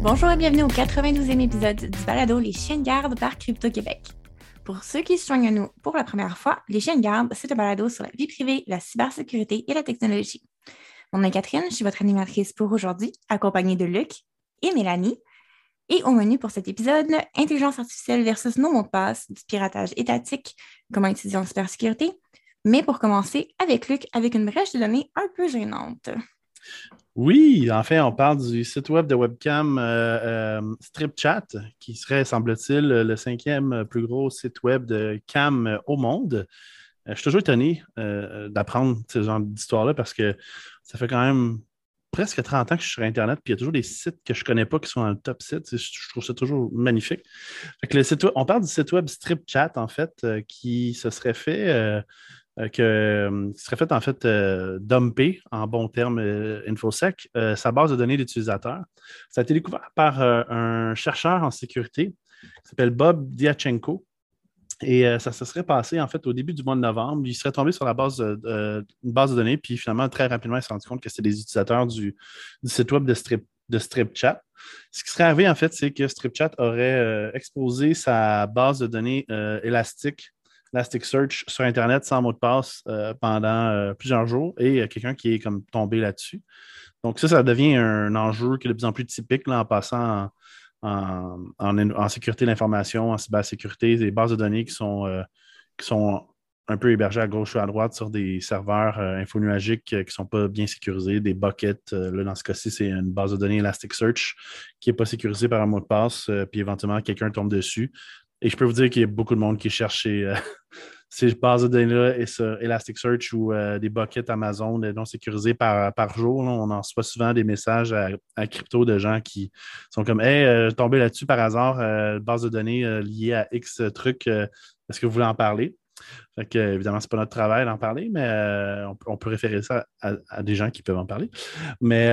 Bonjour et bienvenue au 92e épisode du balado Les Chiens de garde par Crypto-Québec. Pour ceux qui se joignent à nous pour la première fois, Les Chiens de garde, c'est un balado sur la vie privée, la cybersécurité et la technologie. Mon nom est Catherine, je suis votre animatrice pour aujourd'hui, accompagnée de Luc et Mélanie. Et au menu pour cet épisode, intelligence artificielle versus nos mots de passe, du piratage étatique, comment étudier en cybersécurité. Mais pour commencer, avec Luc, avec une brèche de données un peu gênante. Oui, en fait, on parle du site web de webcam StripChat, qui serait, semble-t-il, le cinquième plus gros site web de cam au monde. Je suis toujours étonné d'apprendre ce genre d'histoire-là parce que ça fait quand même presque 30 ans que je suis sur Internet, puis il y a toujours des sites que je ne connais pas qui sont dans le top site. Je trouve ça toujours magnifique. Fait que on parle du site web StripChat, en fait, qui se serait fait qui serait fait en fait dumper, en bon terme InfoSec, sa base de données d'utilisateurs. Ça a été découvert par un chercheur en sécurité qui s'appelle Bob Diachenko. Et ça se serait passé en fait au début du mois de novembre. Il serait tombé sur une base de données, puis finalement, très rapidement, il s'est rendu compte que c'était des utilisateurs du site web de StripChat. Ce qui serait arrivé, en fait, c'est que StripChat aurait exposé sa base de données Elasticsearch sur Internet sans mot de passe pendant plusieurs jours et quelqu'un qui est comme tombé là-dessus. Donc ça devient un enjeu qui est de plus en plus typique là, en passant en sécurité de l'information, en cybersécurité, des bases de données qui sont un peu hébergées à gauche ou à droite sur des serveurs infonuagiques qui ne sont pas bien sécurisés, des buckets. Là, dans ce cas-ci, c'est une base de données Elasticsearch qui n'est pas sécurisée par un mot de passe, puis éventuellement, quelqu'un tombe dessus. Et je peux vous dire qu'il y a beaucoup de monde qui cherche ces bases de données-là et sur Elasticsearch ou des buckets Amazon non sécurisés par jour. Là. On en reçoit souvent des messages à crypto de gens qui sont comme Hey, tombé là-dessus par hasard, base de données liée à X trucs, est-ce que vous voulez en parler? Fait que, évidemment, ce n'est pas notre travail d'en parler, mais on peut référer ça à des gens qui peuvent en parler. Mais,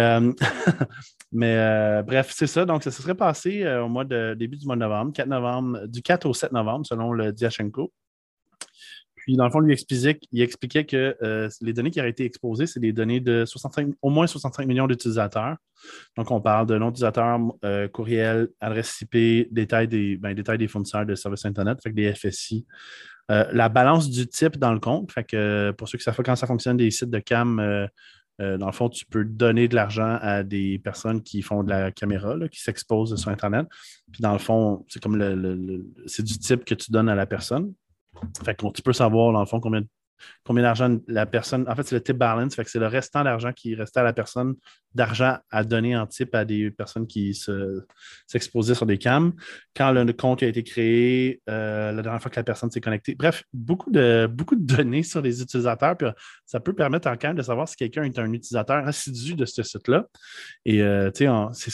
bref, c'est ça. Donc, ça se serait passé début du mois de novembre, du 4 au 7 novembre, selon le Diachenko. Puis, dans le fond, il expliquait que les données qui auraient été exposées, c'est des données de au moins 65 millions d'utilisateurs. Donc, on parle de nom d'utilisateur, courriel, adresse IP, détails des fournisseurs de services Internet, fait que des FSI. La balance du type dans le compte, fait que pour ceux qui savent quand ça fonctionne, des sites de cam, dans le fond, tu peux donner de l'argent à des personnes qui font de la caméra, là, qui s'exposent sur Internet. Puis dans le fond, c'est comme c'est du type que tu donnes à la personne. Fait que tu peux savoir, dans le fond, combien d'argent la personne. En fait, c'est le tip balance. Fait que c'est le restant d'argent qui restait à la personne d'argent à donner en type à des personnes qui s'exposaient sur des cams. Quand le compte a été créé, la dernière fois que la personne s'est connectée. Bref, beaucoup de données sur les utilisateurs. Puis, ça peut permettre quand même de savoir si quelqu'un est un utilisateur assidu de ce site-là. Et tu sais, c'est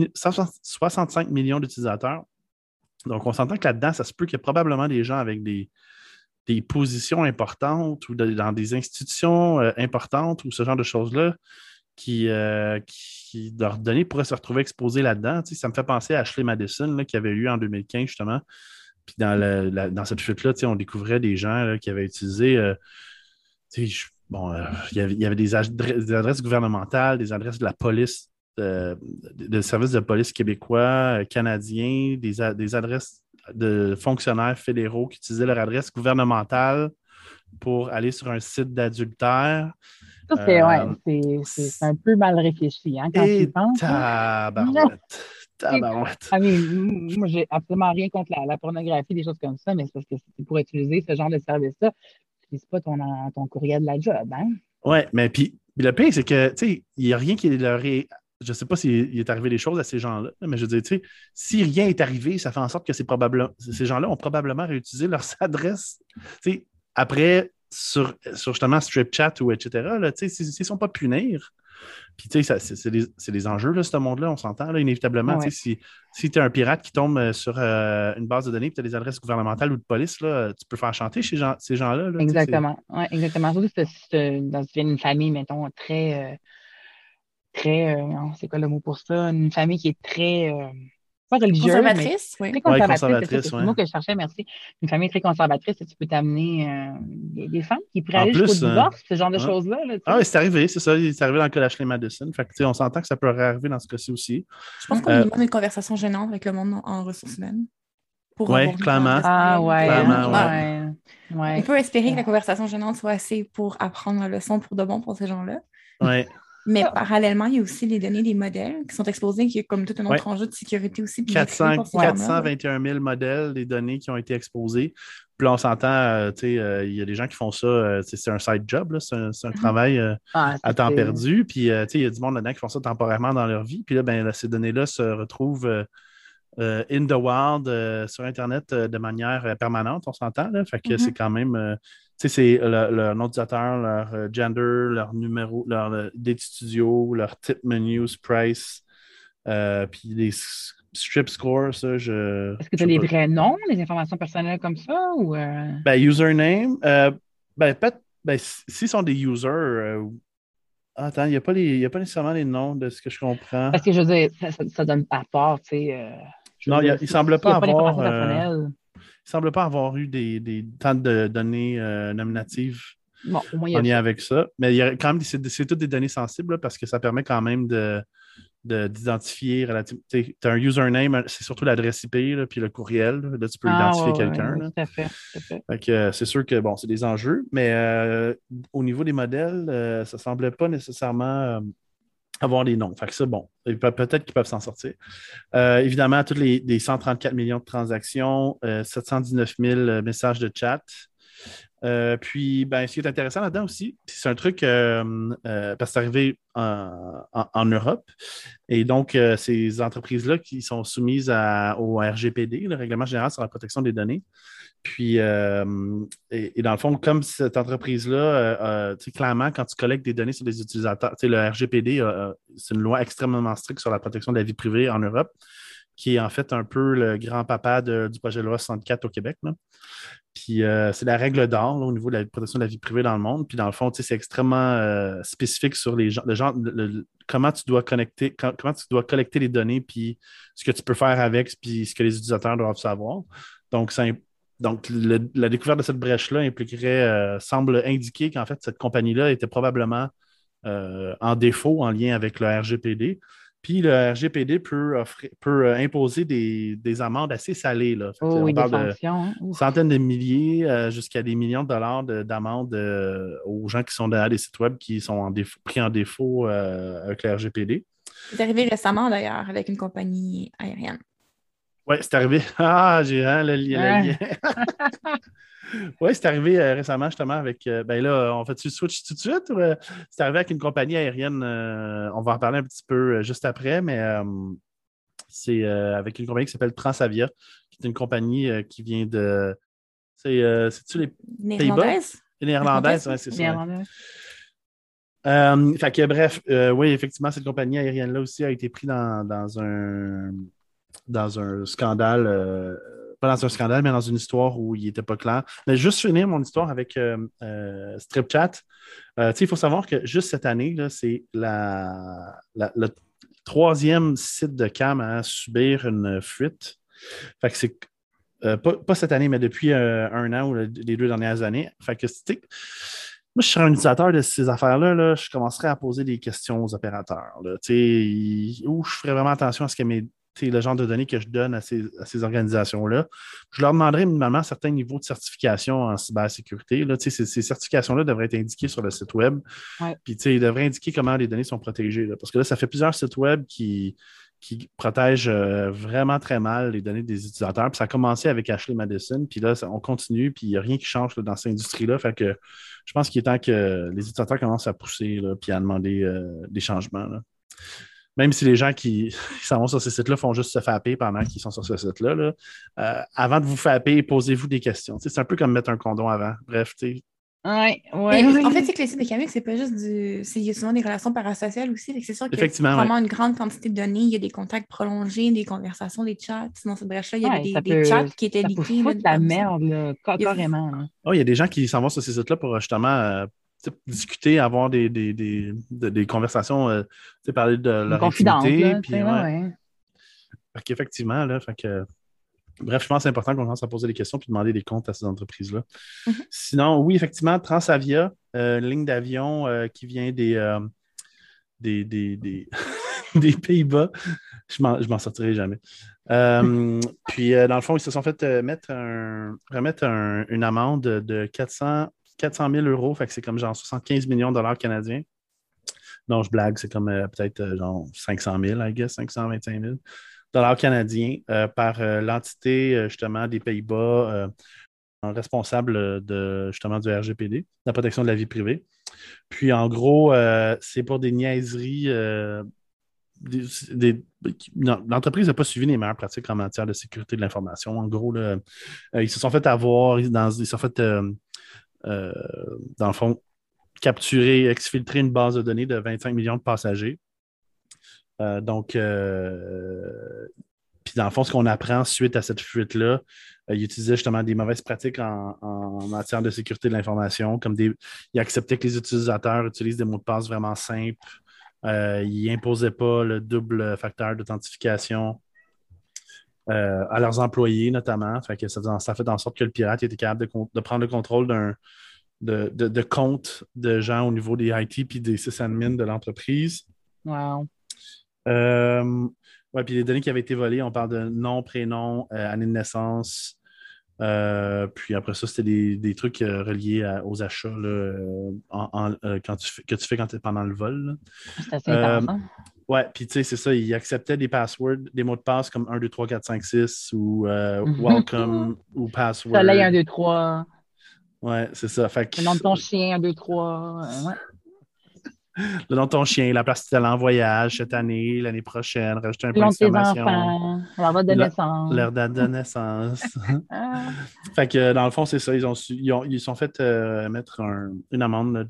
65 millions d'utilisateurs. Donc, on s'entend que là-dedans, ça se peut qu'il y ait probablement des gens avec des positions importantes ou dans des institutions importantes ou ce genre de choses-là qui leurs données pourraient se retrouver exposées là-dedans. Tu sais, ça me fait penser à Ashley Madison là, qui avait eu en 2015 justement. Puis dans cette fuite-là, tu sais, on découvrait des gens là, qui avaient utilisé tu sais, il y avait des adresses gouvernementales, des adresses de la police, de services de police québécois, canadiens, des adresses de fonctionnaires fédéraux qui utilisaient leur adresse gouvernementale pour aller sur un site d'adultère. Ça, c'est un peu mal réfléchi, hein, quand tu y Et penses. Hein. tabarouette. Tabarouette. Ah, mais moi, j'ai absolument rien contre la pornographie, des choses comme ça, mais c'est parce que c'est pour utiliser ce genre de service-là. Tu n'utilises pas ton courriel de la job, hein? Ouais, mais puis le pire, c'est que, tu sais, il n'y a rien qui leur est. Je ne sais pas s'il est arrivé des choses à ces gens-là, mais je veux dire, tu sais, si rien est arrivé, ça fait en sorte que ces gens-là ont probablement réutilisé leurs adresses, tu sais, après, sur justement StripChat ou etc., là, tu sais, s'ils ne sont pas punir, puis tu sais, c'est des enjeux, là, ce monde-là, on s'entend, là, inévitablement, Ah tu ouais, sais, si tu es un pirate qui tombe sur une base de données, puis tu as des adresses gouvernementales ou de police, là, tu peux faire chanter ces gens-là, là, tu sais, c'est. exactement. Ouais, exactement. Surtout si tu viens d'une famille, mettons, très, c'est quoi le mot pour ça? Une famille qui est très pas religieuse, mais Conservatrice, oui. très Ouais, conservatrice. conservatrice, C'est ouais. le mot que je cherchais, merci. Une famille très conservatrice, tu peux t'amener des femmes qui pourraient En aller jusqu'au plus, divorce, ce genre de hein. choses-là. Là, tu Ah sais. oui, c'est arrivé, c'est ça. Il est arrivé dans le cas d'Ashley Madison. Fait que, tu sais, on s'entend que ça peut arriver dans ce cas-ci aussi. Je pense qu'au Euh, minimum, une conversation gênante avec le monde en ressources humaines pour ouais, avoir une meilleure clairement. Ah adresse ouais, courriel. Clairement, ouais. ouais. On Ouais. peut espérer que la conversation gênante soit assez pour apprendre la leçon pour de bon pour ces gens-là. Ouais, Mais parallèlement, il y a aussi les données des modèles qui sont exposées, qui est comme tout un autre ouais. enjeu de sécurité aussi, de vie privée 400, pour ces gens-là. 421 000 modèles des données qui ont été exposés. Puis là, on s'entend, tu sais, il y a des gens qui font ça, c'est un side job, là, c'est un travail Ah, à temps c'est- perdu. Puis, tu sais, il y a du monde là-dedans qui font ça temporairement dans leur vie. Puis là, ben, ces données-là se retrouvent in the wild sur Internet de manière permanente, on s'entend, là. Fait que c'est quand même, tu sais, c'est leur nom d'utilisateur, leur gender, leur numéro, leur date studio, leur tip menus, price, puis les strip scores, ça, Est-ce que je tu as sais les pas. vrais noms, les informations personnelles comme ça? Ou, Ben, username, ben, s'ils sont des users, attends, il y a pas nécessairement les noms de ce que je comprends. Parce que je veux dire, ça donne à part, tu sais. Je veux Non, dire, il s'il semble n'y pas a pas avoir. d'informations personnelles, Il semble pas avoir eu des tas de données nominatives bon, au moins il y en a lien ça. avec ça. Mais il y a quand même, c'est toutes des données sensibles là, parce que ça permet quand même d'identifier relativement. Tu as un username, c'est surtout l'adresse IP, là, puis le courriel. Là, tu peux Ah, identifier ouais, ouais, quelqu'un. ouais, Là. tout à fait, tout à fait. Fait que, c'est sûr que bon, c'est des enjeux, mais au niveau des modèles, ça ne semblait pas nécessairement avoir des noms. Fait que ça, bon, peut-être qu'ils peuvent s'en sortir. Évidemment, tous les 134 millions de transactions, 719 000 messages de chat. Puis, ben, ce qui est intéressant là-dedans aussi, c'est un truc, parce que c'est arrivé en Europe. Et donc, ces entreprises-là qui sont soumises au RGPD, le Règlement général sur la protection des données. Puis, et dans le fond, comme cette entreprise-là, tu sais, clairement, quand tu collectes des données sur des utilisateurs, tu sais, le RGPD, c'est une loi extrêmement stricte sur la protection de la vie privée en Europe, qui est en fait un peu le grand-papa du projet de loi 64 au Québec. Là. Puis c'est la règle d'or là, au niveau de la protection de la vie privée dans le monde. Puis dans le fond, c'est extrêmement spécifique sur les gens, comment tu dois connecter, comment tu dois collecter les données, puis ce que tu peux faire avec, puis ce que les utilisateurs doivent savoir. Donc, la découverte de cette brèche-là semble indiquer qu'en fait, cette compagnie-là était probablement en défaut en lien avec le RGPD. Puis le RGPD peut imposer des amendes assez salées. Là. Fait que, Oh on oui, des parle de sanctions. Hein. Ouf. centaines de milliers jusqu'à des millions de dollars d'amendes aux gens qui sont derrière des sites web qui sont pris en défaut avec le RGPD. C'est arrivé récemment d'ailleurs avec une compagnie aérienne. Oui, c'est arrivé. Ah, j'ai le lien. Oui, c'est arrivé récemment justement avec. Ben là, on fait-tu switch tout de suite ou c'est arrivé avec une compagnie aérienne? On va en parler un petit peu juste après, mais c'est avec une compagnie qui s'appelle Transavia, qui est une compagnie qui vient de. C'est-tu les Pays-Bas? Néerlandaise? Les Néerlandaises, oui, c'est ça. Néerlandais. Fait que bref, oui, effectivement, cette compagnie aérienne-là aussi a été prise dans un scandale, pas dans un scandale, mais dans une histoire où il n'était pas clair. Mais juste finir mon histoire avec StripChat. Il faut savoir que juste cette année, là, c'est le troisième site de cam à subir une fuite. Fait que c'est pas cette année, mais depuis un an ou les 2 dernières années. Fait que moi, je serais un utilisateur de ces affaires-là, là, je commencerais à poser des questions aux opérateurs. Là, où je ferais vraiment attention à ce que le genre de données que je donne à ces organisations-là. Je leur demanderais minimalement certains niveaux de certification en cybersécurité. Là, ces certifications-là devraient être indiquées sur le site web. Ouais. Puis ils devraient indiquer comment les données sont protégées. Là, parce que là, ça fait plusieurs sites web qui protègent vraiment très mal les données des utilisateurs. Puis ça a commencé avec Ashley Madison, puis là, on continue, puis il n'y a rien qui change là, dans cette industrie-là. Fait que je pense qu'il est temps que les utilisateurs commencent à pousser, là, puis à demander des changements. Là. Même si les gens qui s'en vont sur ces sites-là font juste se fapper pendant qu'ils sont sur ce site-là, là, avant de vous fapper, posez-vous des questions. C'est un peu comme mettre un condom avant. Bref, Ouais, En fait, c'est que les sites de Camus, c'est pas juste il y a souvent des relations parasociales aussi. C'est sûr qu'il y a vraiment une grande quantité de données. Il y a des contacts prolongés, des conversations, des chats. Dans cette brèche-là, il y avait des chats qui étaient leakés. Ça peut foutre la merde, là, carrément. Hein. Oh, il y a des gens qui s'en vont sur ces sites-là pour justement discuter, avoir des conversations, parler de leur intimité. Puis, Fait qu'effectivement, là, bref, je pense que c'est important qu'on commence à poser des questions puis demander des comptes à ces entreprises-là. Sinon, oui, effectivement, Transavia, ligne d'avion qui vient des des Pays-Bas. Je m'en sortirai jamais. Puis, dans le fond, ils se sont fait remettre une amende de 400 000 euros. Fait que c'est comme genre 75 millions de dollars canadiens. Non, je blague, c'est comme peut-être genre 500 000, I guess, 525 000 dollars canadiens par l'entité justement des Pays-Bas responsable justement du RGPD, la protection de la vie privée. Puis en gros, c'est pour des niaiseries. L'entreprise n'a pas suivi les meilleures pratiques en matière de sécurité de l'information. En gros, là, ils se sont fait avoir, ils se sont fait, dans le fond, capturer, exfiltrer une base de données de 25 millions de passagers. Puis dans le fond, ce qu'on apprend suite à cette fuite-là, il utilisait justement des mauvaises pratiques en matière de sécurité de l'information, il acceptait que les utilisateurs utilisent des mots de passe vraiment simples. Il n'imposait pas le double facteur d'authentification à leurs employés, notamment. Fait que ça fait en sorte que le pirate était capable de prendre le contrôle de comptes de gens au niveau des IT puis des sysadmins de l'entreprise. Wow. Ouais, puis les données qui avaient été volées, on parle de nom, prénom, année de naissance. Puis après ça, c'était des trucs reliés aux achats là, que tu fais quand tu es pendant le vol. Là. C'est assez intéressant. Ouais, puis tu sais, c'est ça, ils acceptaient des passwords, des mots de passe comme 1, 2, 3, 4, 5, 6 ou welcome ou password. Soleil 1, 2, 3. Ouais, c'est ça. Fait que... Le nom de ton chien 1, 2, 3. Ouais. Le nom de ton chien, la place où tu es allé en voyage cette année, l'année prochaine, rajouter un Le point nom de tes d'exclamation. enfants, leur date de naissance. Leur date de naissance. Fait que dans le fond, c'est ça. Ils sont fait mettre une amende là,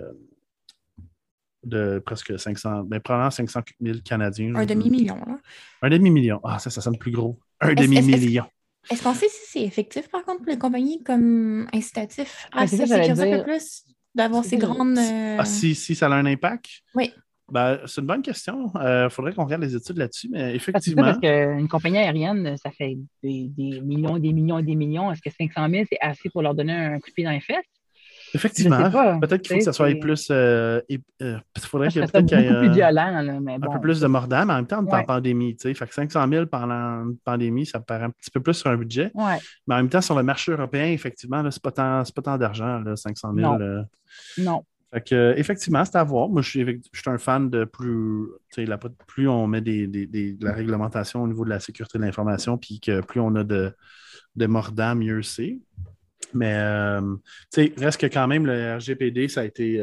de presque 500, probablement 500 000 Canadiens. Un demi-million. Là. Un demi-million. Ah, ça sonne plus gros. Un demi-million. Est-ce qu'on sait si c'est effectif, par contre, pour les compagnies comme incitatif à c'est ça, sécuriser un peu plus, d'avoir ces grandes... Si ça a un impact? Oui. Ben, c'est une bonne question. Faudrait qu'on regarde les études là-dessus, mais effectivement... Parce qu'une compagnie aérienne, ça fait des millions, des millions et des millions. Est-ce que 500 000, c'est assez pour leur donner un coup de pied dans les fesses? Effectivement. Peut-être qu'il faut que ça soit plus... il faudrait qu'il y ait beaucoup plus violent. Là, mais bon, un peu plus de mordant, mais en même temps, on est en pandémie. Fait que 500 000 pendant une pandémie, ça paraît un petit peu plus sur un budget. Ouais. Mais en même temps, sur le marché européen, effectivement, là, c'est pas tant d'argent, là, 500 000. Non. Fait que, effectivement, c'est à voir. Moi, je suis un fan de plus on met de la réglementation au niveau de la sécurité de l'information, puis que plus on a de mordants, mieux c'est. Mais, reste que quand même, le RGPD, ça a été...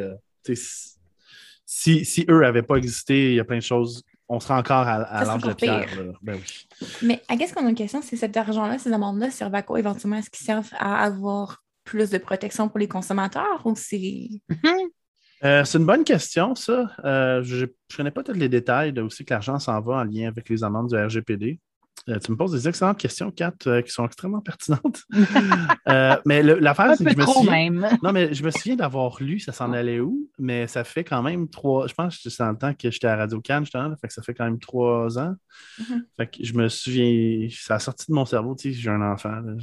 si eux n'avaient pas existé, il y a plein de choses... On serait encore à l'âge de pierre. Ben oui. Mais qu'est-ce qu'on a une question? C'est cet argent-là, ces amendes-là, servent à quoi éventuellement? Est-ce qu'ils servent à avoir plus de protection pour les consommateurs ou c'est... C'est une bonne question, ça. Je ne connais pas tous les détails de où c'est que l'argent s'en va en lien avec les amendes du RGPD. Tu me poses des excellentes questions, Kat, qui sont extrêmement pertinentes. Mais l'affaire, c'est que je me souviens d'avoir lu ça s'en allait où, mais ça fait quand même je pense que c'est en le temps que j'étais à Radio-Can, justement, fait que ça fait quand même 3 ans. Fait que je me souviens, ça a sorti de mon cerveau, tu sais, j'ai un enfant. Là,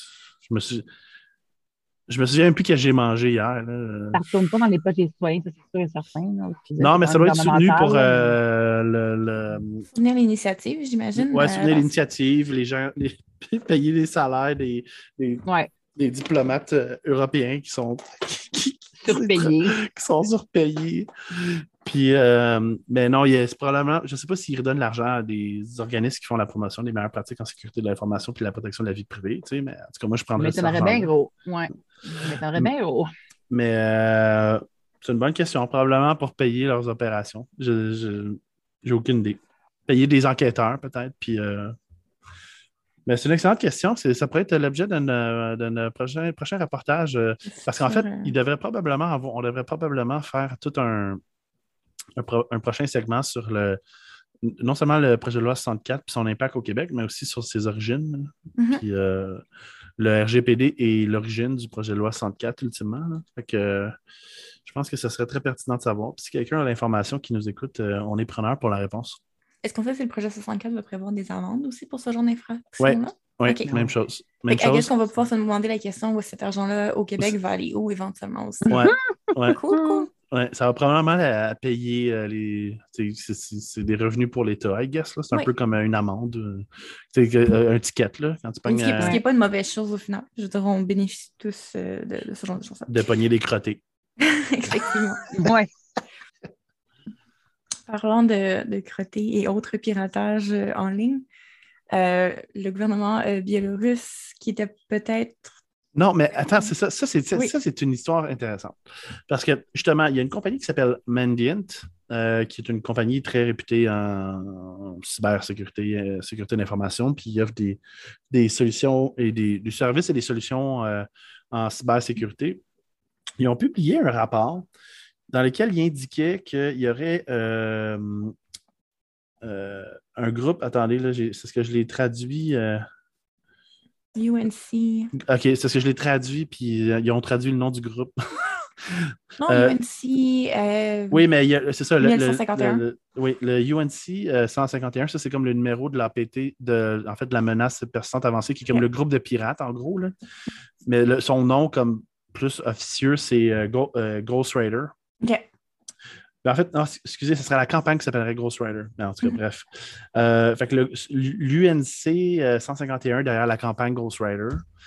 je me souviens plus que j'ai mangé hier. Là. Ça ne retourne pas dans les poches des citoyens, ça c'est sûr et certain. Là, non, mais ça doit être soutenu pour soutenir l'initiative, j'imagine. Oui, soutenir l'initiative, les gens, payer les salaires des diplomates européens qui sont surpayés. Qui sont surpayés. Puis, mais non, c'est probablement, je ne sais pas s'ils redonnent l'argent à des organismes qui font la promotion des meilleures pratiques en sécurité de l'information puis la protection de la vie privée, tu sais, mais en tout cas, moi, je prendrais ça. Mais t'en aurais bien gros. Ouais. Mais t'en aurais bien gros. Mais c'est une bonne question, probablement pour payer leurs opérations. J'ai aucune idée. Payer des enquêteurs, peut-être, puis... Mais c'est une excellente question. Ça pourrait être l'objet d'un prochain reportage. Parce qu'en fait, on devrait probablement faire tout un prochain segment sur non seulement le projet de loi 64 et son impact au Québec, mais aussi sur ses origines. Puis le RGPD et l'origine du projet de loi 64, ultimement. Fait que, je pense que ce serait très pertinent de savoir. Puis si quelqu'un a l'information qui nous écoute, on est preneur pour la réponse. Est-ce qu'on sait si le projet 64 va prévoir des amendes aussi pour ce genre Oui, d'infraction-là? ouais, OK. même chose. Fait Même qu'à chose. ce qu'on va pouvoir se demander la question où cet argent-là au Québec va aller où éventuellement aussi? Ouais, ouais. Cool. Ouais, ça va probablement à payer c'est des revenus pour l'État, I guess. Là. C'est un Oui. peu comme une amende. Un ticket, là, quand tu Ce qui pognes n'est pas une mauvaise chose au final. Je veux dire, on bénéficie tous de ce genre de choses-là. de pogner des crottés. Effectivement. Ouais. Parlant de crottés et autres piratages en ligne, le gouvernement biélorusse qui était peut-être... Non, mais attends, c'est ça. Oui. Ça, c'est une histoire intéressante. Parce que, justement, il y a une compagnie qui s'appelle Mandiant, qui est une compagnie très réputée en cybersécurité, sécurité d'information, puis il offre des solutions et des services et des solutions en cybersécurité. Ils ont publié un rapport dans lequel ils indiquaient qu'il y aurait un groupe. Attendez, là, c'est ce que je l'ai traduit. UNC. OK, c'est ce que je l'ai traduit, puis ils ont traduit le nom du groupe. Non, Euh, UNC oui, mais c'est ça, 1151. oui, le UNC 151, ça, c'est comme le numéro de l'APT, en fait, de la menace persistante avancée, qui est comme OK. le groupe de pirates, en gros. Là. Mais son nom, comme plus officieux, c'est Ghost Rider. OK. En fait, non, excusez, ce serait la campagne qui s'appellerait Ghost Rider. Mais en tout cas, bref. Fait que l'UNC 151 derrière la campagne Ghost Rider.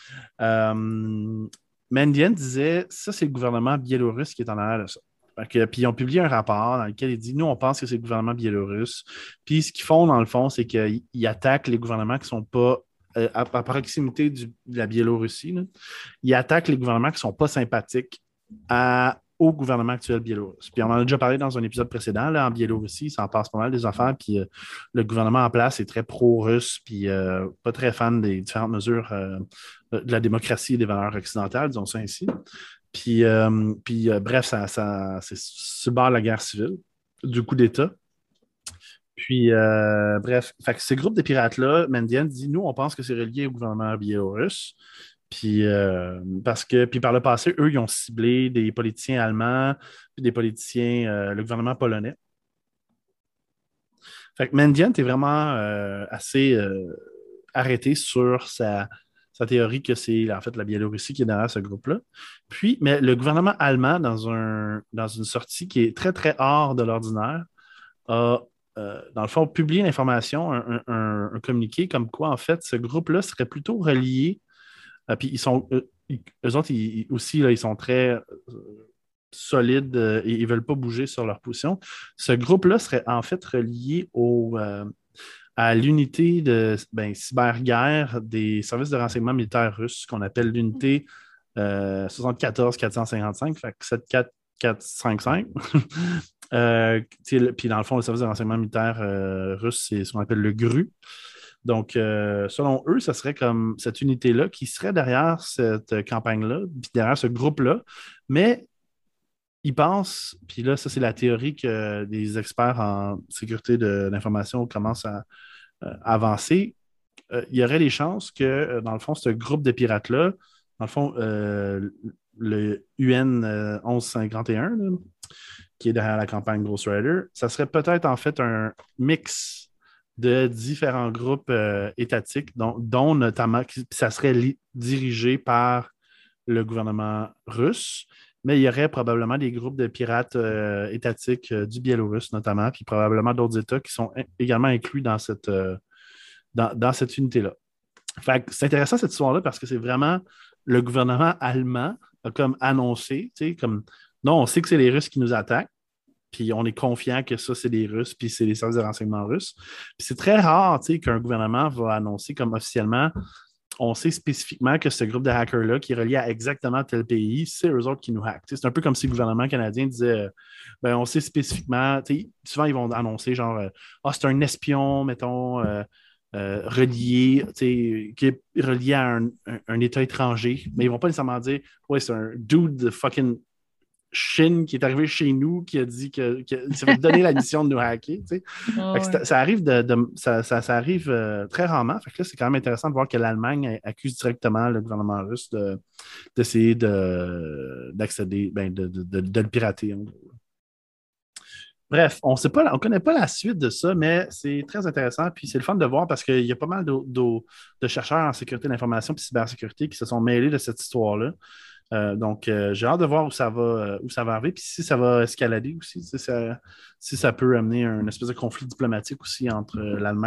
Mandiant disait, ça, c'est le gouvernement biélorusse qui est en arrière de ça. Puis ils ont publié un rapport dans lequel il dit, nous, on pense que c'est le gouvernement biélorusse. Puis ce qu'ils font, dans le fond, c'est qu'ils attaquent les gouvernements qui ne sont pas à proximité de la Biélorussie. Là. Ils attaquent les gouvernements qui ne sont pas sympathiques au gouvernement actuel biélorusse. Puis on en a déjà parlé dans un épisode précédent, là, en Biélorussie, ça en passe pas mal des affaires, puis le gouvernement en place est très pro-russe, puis pas très fan des différentes mesures de la démocratie et des valeurs occidentales, disons ça ainsi. Puis bref, c'est sur le bord de la guerre civile, du coup d'État. Puis, bref, fait que ces groupes de pirates-là, Mandiant dit, nous, on pense que c'est relié au gouvernement biélorusse. Puis, puis par le passé, eux, ils ont ciblé des politiciens allemands, puis des politiciens, le gouvernement polonais. Fait que Mandiant est vraiment assez arrêté sur sa théorie que c'est en fait la Biélorussie qui est derrière ce groupe-là. Puis, mais le gouvernement allemand, dans une sortie qui est très, très hors de l'ordinaire, a, dans le fond, publié l'information, un communiqué comme quoi, en fait, ce groupe-là serait plutôt relié. Puis eux autres, aussi, là, ils sont très solides et ils ne veulent pas bouger sur leur position. Ce groupe-là serait en fait relié à l'unité de cyberguerre des services de renseignement militaire russes, qu'on appelle l'unité 74 455, fait que 74455. Puis dans le fond, le service de renseignement militaire russe, c'est ce qu'on appelle le GRU. Donc, selon eux, ce serait comme cette unité-là qui serait derrière cette campagne-là, puis derrière ce groupe-là. Mais ils pensent, puis là, ça, c'est la théorie que des experts en sécurité de l'information commencent à avancer. Il y aurait des chances que, dans le fond, ce groupe de pirates-là, dans le fond, le UN 1151, là, qui est derrière la campagne Ghost Rider, ça serait peut-être en fait un mix de différents groupes étatiques, dont notamment, ça serait dirigé par le gouvernement russe, mais il y aurait probablement des groupes de pirates étatiques du Biélorusse notamment, puis probablement d'autres États qui sont également inclus dans cette unité-là. Fait que c'est intéressant cette histoire-là parce que c'est vraiment le gouvernement allemand a comme annoncé, tu sais, comme non, on sait que c'est les Russes qui nous attaquent, puis on est confiant que ça, c'est les Russes, puis c'est les services de renseignement russes. Puis c'est très rare, tu sais, qu'un gouvernement va annoncer comme officiellement, on sait spécifiquement que ce groupe de hackers-là qui est relié à exactement tel pays, c'est eux autres qui nous hackent. Tu sais, c'est un peu comme si le gouvernement canadien disait, ben, on sait spécifiquement, tu sais, souvent ils vont annoncer genre, c'est un espion, mettons, relié, qui est relié à un État étranger, mais ils ne vont pas nécessairement dire, ouais, c'est un dude de fucking Chine qui est arrivé chez nous, qui a dit qu'il s'est donné la mission de nous hacker. Tu sais. Ça arrive, ça arrive très rarement. Fait que là, c'est quand même intéressant de voir que l'Allemagne accuse directement le gouvernement russe d'essayer d'accéder, de le pirater. En gros. Bref, on ne connaît pas la suite de ça, mais c'est très intéressant. Puis c'est le fun de voir parce qu'il y a pas mal de chercheurs en sécurité de l'information et cybersécurité qui se sont mêlés de cette histoire-là. Donc, j'ai hâte de voir où ça va arriver. Puis si ça va escalader aussi, si ça peut amener un espèce de conflit diplomatique aussi entre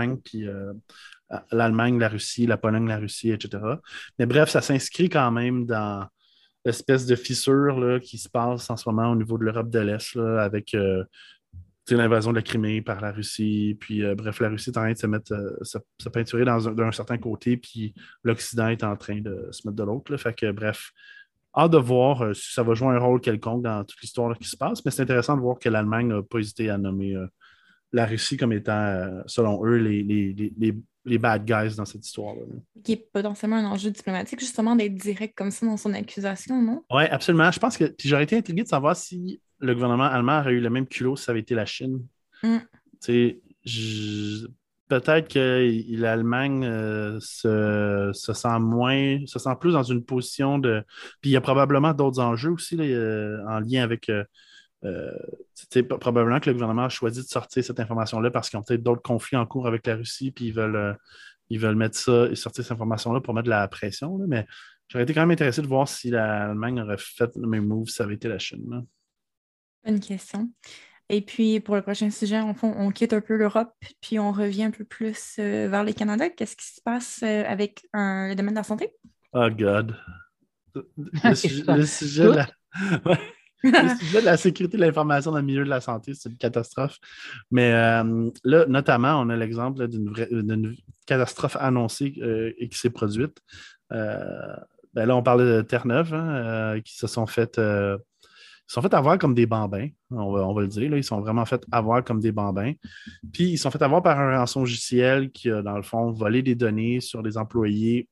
l'Allemagne, la Russie, la Pologne, la Russie, etc. Mais bref, ça s'inscrit quand même dans l'espèce de fissure là, qui se passe en ce moment au niveau de l'Europe de l'Est là, avec l'invasion de la Crimée par la Russie. Puis, bref, la Russie est en train de se peinturer d'un certain côté, puis l'Occident est en train de se mettre de l'autre. Là. Fait que, bref, hâte de voir si ça va jouer un rôle quelconque dans toute l'histoire là, qui se passe. Mais c'est intéressant de voir que l'Allemagne n'a pas hésité à nommer la Russie comme étant, selon eux, les bad guys dans cette histoire-là. Qui est potentiellement un enjeu diplomatique, justement, d'être direct comme ça dans son accusation, non? Oui, absolument. Je pense que. Puis j'aurais été intrigué de savoir si le gouvernement allemand aurait eu le même culot si ça avait été la Chine. Mm. Tu sais, peut-être que l'Allemagne se sent plus dans une position de. Puis il y a probablement d'autres enjeux aussi là, en lien avec. Probablement que le gouvernement a choisi de sortir cette information-là parce qu'ils ont peut-être d'autres conflits en cours avec la Russie, puis ils veulent mettre ça et sortir cette information-là pour mettre de la pression. Là, mais j'aurais été quand même intéressé de voir si l'Allemagne aurait fait le même move si ça avait été la Chine. Là. Bonne question. Et puis, pour le prochain sujet, en fond, on quitte un peu l'Europe, puis on revient un peu plus vers le Canada. Qu'est-ce qui se passe avec le domaine de la santé? Oh God. C'est ça. Le sujet de la... Ouais. Le sujet de la sécurité de l'information dans le milieu de la santé, c'est une catastrophe. Mais là, notamment, on a l'exemple là, d'une catastrophe annoncée et qui s'est produite. Là, on parle de Terre-Neuve, hein, qui se sont fait avoir comme des bambins, on va le dire. Là. Ils sont vraiment fait avoir comme des bambins. Puis, ils sont fait avoir par un rançongiciel qui a, dans le fond, volé des données sur des employés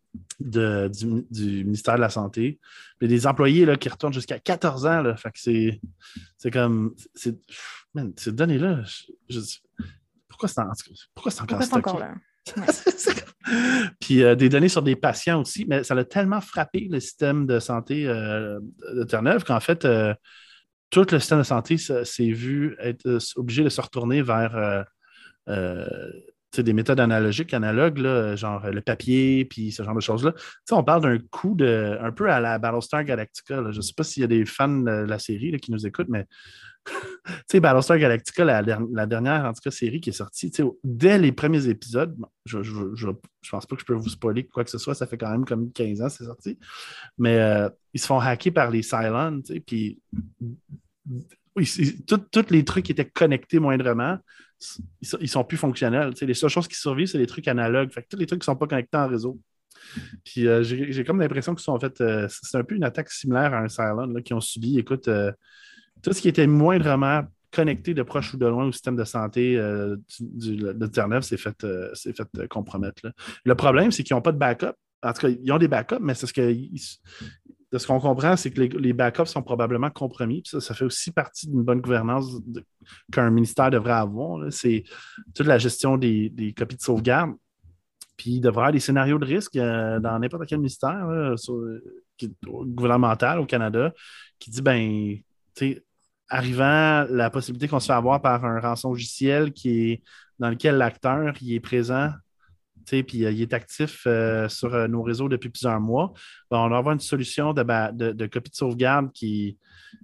du ministère de la Santé. Il y a des employés là, qui retournent jusqu'à 14 ans. Là. Fait que c'est comme. Ces données-là, pourquoi c'est encore stocké? Là? Ouais. Puis des données sur des patients aussi, mais ça a tellement frappé le système de santé de Terre-Neuve qu'en fait, tout le système de santé s'est vu être obligé de se retourner vers des méthodes analogues, là, genre le papier, puis ce genre de choses-là. On parle d'un coup un peu à la Battlestar Galactica. Là. Je ne sais pas s'il y a des fans de la série là, qui nous écoutent, mais Battlestar Galactica, la dernière en tout cas, série qui est sortie, dès les premiers épisodes, bon, je pense pas que je peux vous spoiler quoi que ce soit, ça fait quand même comme 15 ans que c'est sorti, mais ils se font hacker par les Cylons, puis oui, tous les trucs qui étaient connectés moindrement, ils sont plus fonctionnels. Les seules choses qui survivent, c'est les trucs analogues. Fait que tous les trucs qui ne sont pas connectés en réseau. Puis j'ai comme l'impression qu'ils sont en fait. C'est un peu une attaque similaire à un Cylon qui ont subi. Écoute, tout ce qui était moindrement connecté de proche ou de loin au système de santé de Terre-Neuve s'est fait compromettre. Là. Le problème, c'est qu'ils n'ont pas de backup. En tout cas, ils ont des backups, mais c'est de ce qu'on comprend, c'est que les backups sont probablement compromis. Puis ça fait aussi partie d'une bonne gouvernance qu'un ministère devrait avoir. Là. C'est toute la gestion des copies de sauvegarde. Puis il devrait y avoir des scénarios de risque dans n'importe quel ministère là, gouvernemental au Canada qui dit, ben, tu sais, arrivant la possibilité qu'on se fait avoir par un rançongiciel dans lequel l'acteur il est présent, puis il est actif sur nos réseaux depuis plusieurs mois, ben, on va avoir une solution de copie de sauvegarde qui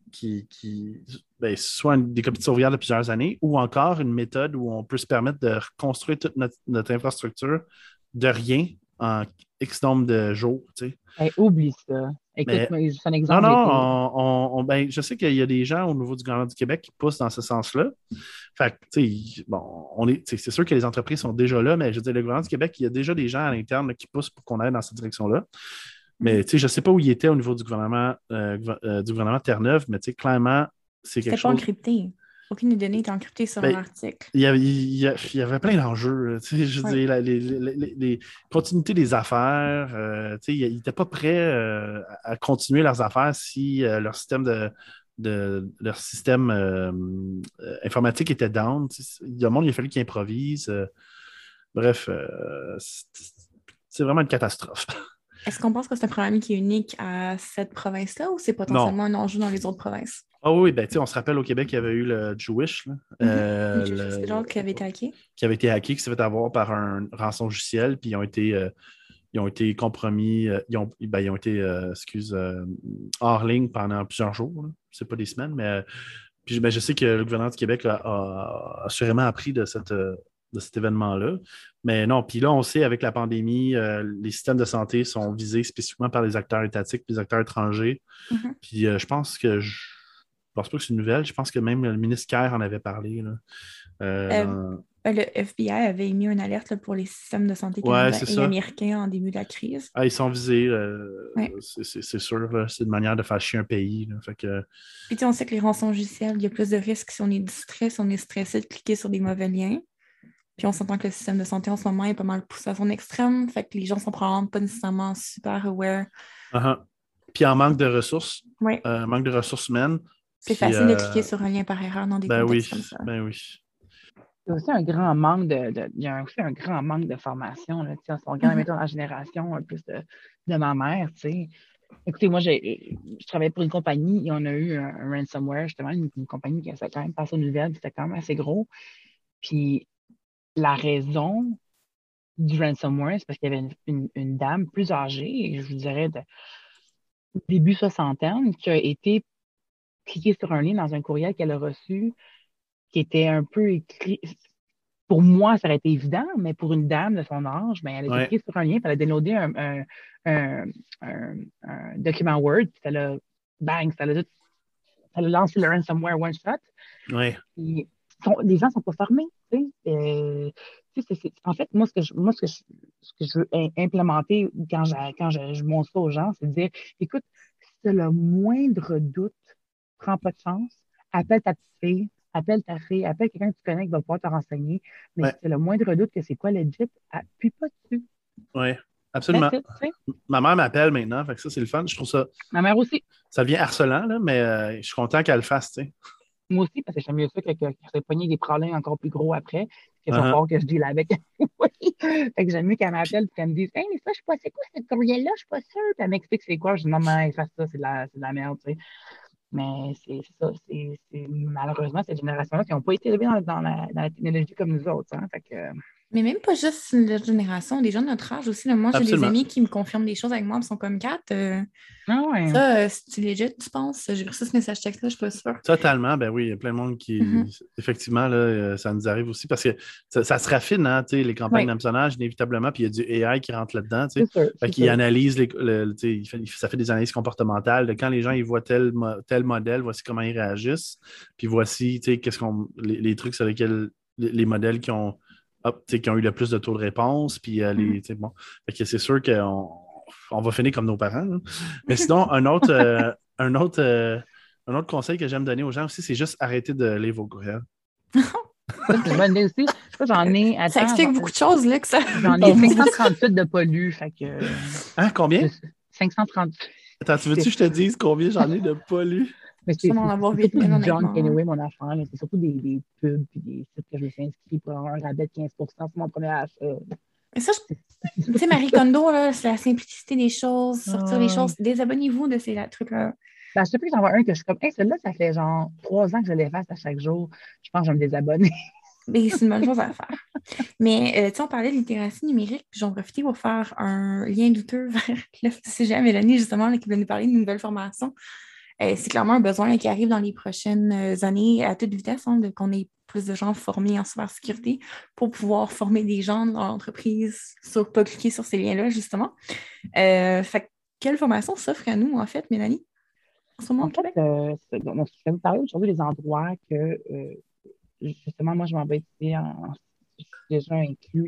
soit des copies de sauvegarde de plusieurs années ou encore une méthode où on peut se permettre de reconstruire toute notre infrastructure de rien en X nombre de jours. Hey, oublie ça. Écoute, c'est un exemple. Non, je sais qu'il y a des gens au niveau du gouvernement du Québec qui poussent dans ce sens-là. Fait que, bon, c'est sûr que les entreprises sont déjà là, mais je veux dire, le gouvernement du Québec, il y a déjà des gens à l'interne là, qui poussent pour qu'on aille dans cette direction-là. Mais je ne sais pas où il était au niveau du gouvernement Terre-Neuve, mais clairement, c'est quelque chose. C'était pas encrypté. Aucune des données était encryptée sur l'article. Il y avait plein d'enjeux. Je veux dire, les continuités des affaires, ils n'étaient pas prêts à continuer leurs affaires si leur système informatique était down. Le monde, il a fallu qu'il improvise. Bref, c'est vraiment une catastrophe. Est-ce qu'on pense que c'est un problème qui est unique à cette province-là ou c'est potentiellement un enjeu dans les autres provinces? Ah oui, ben, tu sais, on se rappelle au Québec, il y avait eu le Jewish, là, Le Justice Federal qui avait été hacké. qui avait été hacké, qui s'est fait avoir par un rançongiciel, puis ils ont été compromis, ils ont été, hors ligne pendant plusieurs jours, là. C'est pas des semaines, mais puis, ben, je sais que le gouvernement du Québec a assurément appris de cet événement-là. Mais non, puis là, on sait, avec la pandémie, les systèmes de santé sont visés spécifiquement par les acteurs étatiques, les acteurs étrangers. Mhm. Puis je pense pas que c'est une nouvelle. Je pense que même le ministre Kerr en avait parlé, là. Euh, Dans... le FBI avait émis une alerte là, pour les systèmes de santé Ouais, canadiens c'est et ça. américains en début de la crise. Ah, ils sont visés, Ouais. c'est sûr, là. C'est une manière de faire chier un pays, là. Fait que, Puis tu sais, on sait que les rançongiciels, il y a plus de risques si on est distrait, si on est stressé de cliquer sur des mauvais liens. Puis on s'entend que le système de santé en ce moment est pas mal poussé à son extrême. Fait que les gens sont probablement pas nécessairement super aware. uh-huh. Puis en Oui. manque de ressources humaines. C'est Puis, facile de cliquer sur un lien par erreur dans des ben oui, contextes comme ça. ben oui. Il y a aussi un grand manque il y a aussi un grand manque de formation. Là. Tu sais, si on regarde, mettons, la génération un peu de ma mère, tu sais. Écoutez, moi, je travaillais pour une compagnie et on a eu un ransomware, justement, une compagnie qui a quand même passé aux nouvelles, c'était quand même assez gros. Puis la raison du ransomware, c'est parce qu'il y avait une dame plus âgée, je vous dirais de début soixantaine, qui a été cliquée sur un lien dans un courriel qu'elle a reçu, qui était un peu écrit. Pour moi, ça aurait été évident, mais pour une dame de son âge, ben, elle a été Ouais, cliquée sur un lien, puis elle a downloadé un- un document Word, puis ça l'a, bang, ça l'a lancé le ransomware one shot. ouais. Puis, les gens ne sont pas formés. Tu sais. Tu sais, en fait, moi, ce que je veux implémenter quand je montre ça aux gens, c'est de dire, écoute, si tu as le moindre doute, prends pas de chance, appelle ta petite fille, appelle ta fille, appelle quelqu'un que tu connais qui va pouvoir te renseigner. Mais si Ouais, tu as le moindre doute que c'est quoi legit, appuie pas dessus. ouais, That's absolument. it, tu sais. Ma mère m'appelle maintenant, fait que ça, c'est le fun. Je trouve ça, Ma mère aussi. ça devient harcelant, là, mais je suis content qu'elle le fasse, tu sais. Moi aussi, parce que j'aime mieux ça que se pogner des problèmes encore plus gros après, qu'il va Uh-huh. falloir que je deal avec. Oui. Fait que j'aime mieux qu'elle m'appelle et qu'elle me dise hey, mais ça, je suis pas, c'est quoi ce courriel-là? Je suis pas sûre. Puis elle m'explique c'est quoi. Je dis non, mais efface ça, c'est de la merde, tu sais. Mais c'est ça. Malheureusement, cette génération-là, qui n'ont pas été élevés dans la technologie comme nous autres. Hein. Fait que, Mais même pas juste notre génération, des gens de notre âge aussi. Là. Moi, j'ai des Absolument. amis qui me confirment des choses avec moi, ils sont comme 4. ah ouais. Ça, c'est legit, tu penses? J'ai reçu ce message texte-là, je suis pas sûre. Totalement, ben oui, il y a plein de monde Mhm. qui, effectivement, là, ça nous arrive aussi parce que ça se raffine, hein, tu sais, les campagnes Oui, d'hameçonnage, inévitablement, puis il y a du AI qui rentre là-dedans, tu sais. c'est sûr, Fait c'est qu'il sûr. analyse, tu sais, ça fait des analyses comportementales de quand les gens ils voient tel modèle, voici comment ils réagissent, puis voici, tu sais, les trucs sur lesquels les modèles tu sais, qui ont eu le plus de taux de réponse, puis Mhm. tu sais, bon. Fait que c'est sûr qu'on va finir comme nos parents, là. Mais sinon, un autre, un autre conseil que j'aime donner aux gens aussi, c'est juste arrêter de lire vos courriels. Ça, c'est une bonne idée aussi. Ça, Ça attends, explique beaucoup de choses, là, que ça. j'en ai 538 de pollus. Fait que, Hein, combien? 530. Attends, tu veux-tu que je te dise combien j'en ai de pollus? Mais Je dois en avoir c'est 8 surtout 000, du junk, honnêtement. anyway, mon affaire. Là. C'est surtout des pubs et des sites que je me suis inscrit pour avoir un rabais de 15% sur mon premier achat. Mais ça, C'est tu sais, surtout Marie ça. Kondo, là, c'est la simplicité des choses, sortir les Euh, choses. Désabonnez-vous de ces trucs-là. ben, je sais plus que j'en vois un que je suis comme, hey, celui-là, ça fait genre 3 ans que je l'efface à chaque jour. Je pense que je vais me désabonner. Mais c'est une bonne chose à faire. Mais, tu sais, on parlait de littératie numérique, puis j'en profite pour faire un lien douteux vers le sujet à Mélanie, justement, là, qui voulait nous parler d'une nouvelle formation. C'est clairement un besoin là, qui arrive dans les prochaines années à toute vitesse, hein, qu'on ait plus de gens formés en cybersécurité pour pouvoir former des gens dans l'entreprise sur pas cliquer sur ces liens-là, justement. Fait que quelle formation s'offre à nous, en fait, Mélanie, en ce moment En au fait, Québec? donc, je vais vous parler aujourd'hui des endroits que, justement, moi, je m'en vais étudier je suis déjà inclus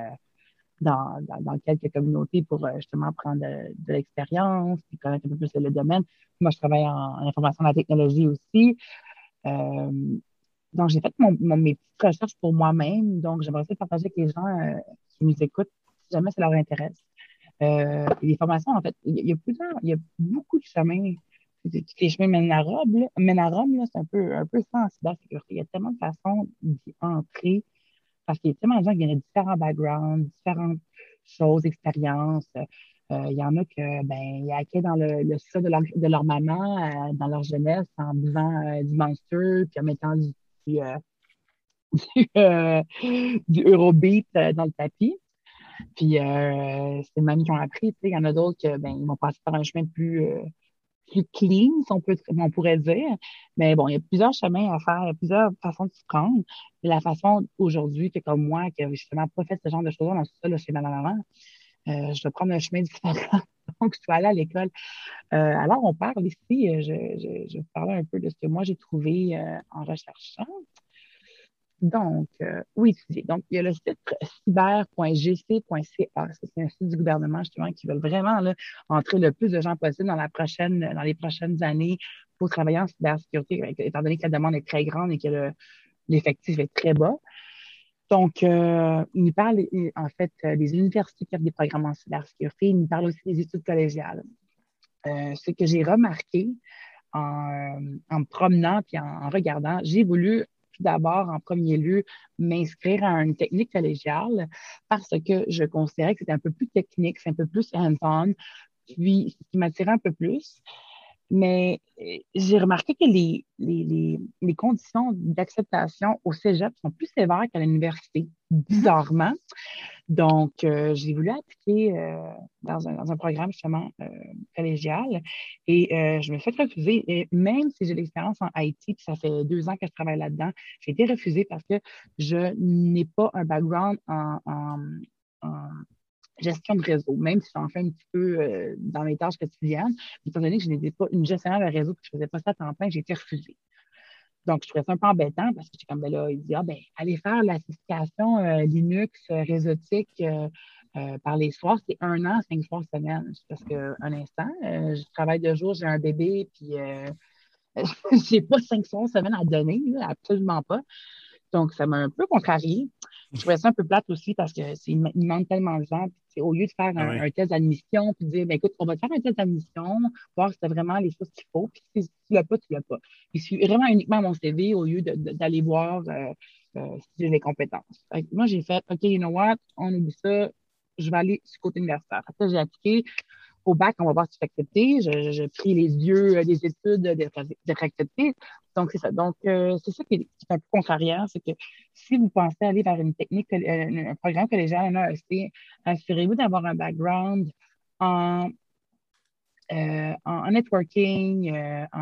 dans quelques communautés pour justement prendre de l'expérience puis connaître un peu plus le domaine. Moi, je travaille en information de la technologie aussi. Euh, donc, j'ai fait mes petites recherches pour moi-même. Donc, j'aimerais ça partager avec les gens qui nous écoutent, si jamais ça leur intéresse. Et les formations, en fait, il y a beaucoup de chemins. Tous les chemins mènent à Rome, là, c'est un peu ça en cybersécurité. Il y a tellement de façons d'y entrer parce qu'il y a tellement de gens qui viennent de différents backgrounds, différentes choses, expériences. Il y en a que, ben, ils hackaient dans le sol de leur maman dans leur jeunesse en buvant du Monster puis en mettant du, euh, euh, du Eurobeat dans le tapis. Puis c'est le même qu'ils ont appris. Tu sais, il y en a d'autres que, ben, ils vont passer par un chemin plus clean, si on pourrait dire. Mais bon, il y a plusieurs chemins à faire, il y a plusieurs façons de se prendre. Et la façon aujourd'hui que comme moi, qui n'avais justement pas fait ce genre de choses dans ça, là, chez ma maman, je dois prendre un chemin différent. Donc, je suis allée à l'école. Alors, on parle ici, je vais parler un peu de ce que moi j'ai trouvé en recherchant. Donc, où étudier? Donc, il y a le site cyber.gc.ca. C'est un site du gouvernement, justement, qui veut vraiment là, entrer le plus de gens possible dans les prochaines années pour travailler en cybersécurité, étant donné que la demande est très grande et que l'effectif est très bas. Donc, il nous parle, en fait, des universités qui offrent des programmes en cybersécurité. Il nous parle aussi des études collégiales. Ce que j'ai remarqué en me promenant puis en regardant, j'ai voulu tout d'abord, en premier lieu, m'inscrire à une technique collégiale parce que je considérais que c'était un peu plus technique, c'est un peu plus hands-on, puis ce qui m'attirait un peu plus. Mais j'ai remarqué que les conditions d'acceptation au cégep sont plus sévères qu'à l'université, bizarrement. Donc, j'ai voulu appliquer dans un programme justement collégial et je me suis fait refuser. Et même si j'ai l'expérience en IT, puis ça fait 2 ans que je travaille là-dedans, j'ai été refusée parce que je n'ai pas un background en gestion de réseau, même si j'en fais un petit peu dans mes tâches quotidiennes. Étant donné que je n'étais pas une gestionnaire de réseau, que je ne faisais pas ça à temps plein, j'ai été refusée. Donc, je trouvais ça un peu embêtant parce que j'étais comme, ben là, il dit, ah, ben, allez faire la certification Linux réseautique par les soirs, c'est 1 an, 5 soirs semaine. Parce qu'un instant, je travaille 2 jours, j'ai un bébé, puis j'ai pas 5 soirs semaine à donner, là, absolument pas. Donc, ça m'a un peu contrariée. Je trouvais ça un peu plate aussi parce que il demande tellement de gens. Puis, au lieu de faire Ah oui. un test d'admission, puis de dire, ben, écoute, on va te faire un test d'admission, voir si tu as vraiment les choses qu'il faut. Puis si tu l'as pas, tu l'as pas. Il suit vraiment uniquement mon CV au lieu d'aller voir si j'ai les compétences. Fait que moi, j'ai fait, OK, you know what, on oublie ça, je vais aller du côté universitaire. Après, j'ai appliqué au bac, on va voir si tu es accepté. J'ai pris les yeux des études d'être accepté. Donc, c'est ça. Donc, c'est ça qui est un peu contrariant, c'est que si vous pensez aller vers une technique, un programme collégial, un AEC, assurez-vous d'avoir un background en, en networking,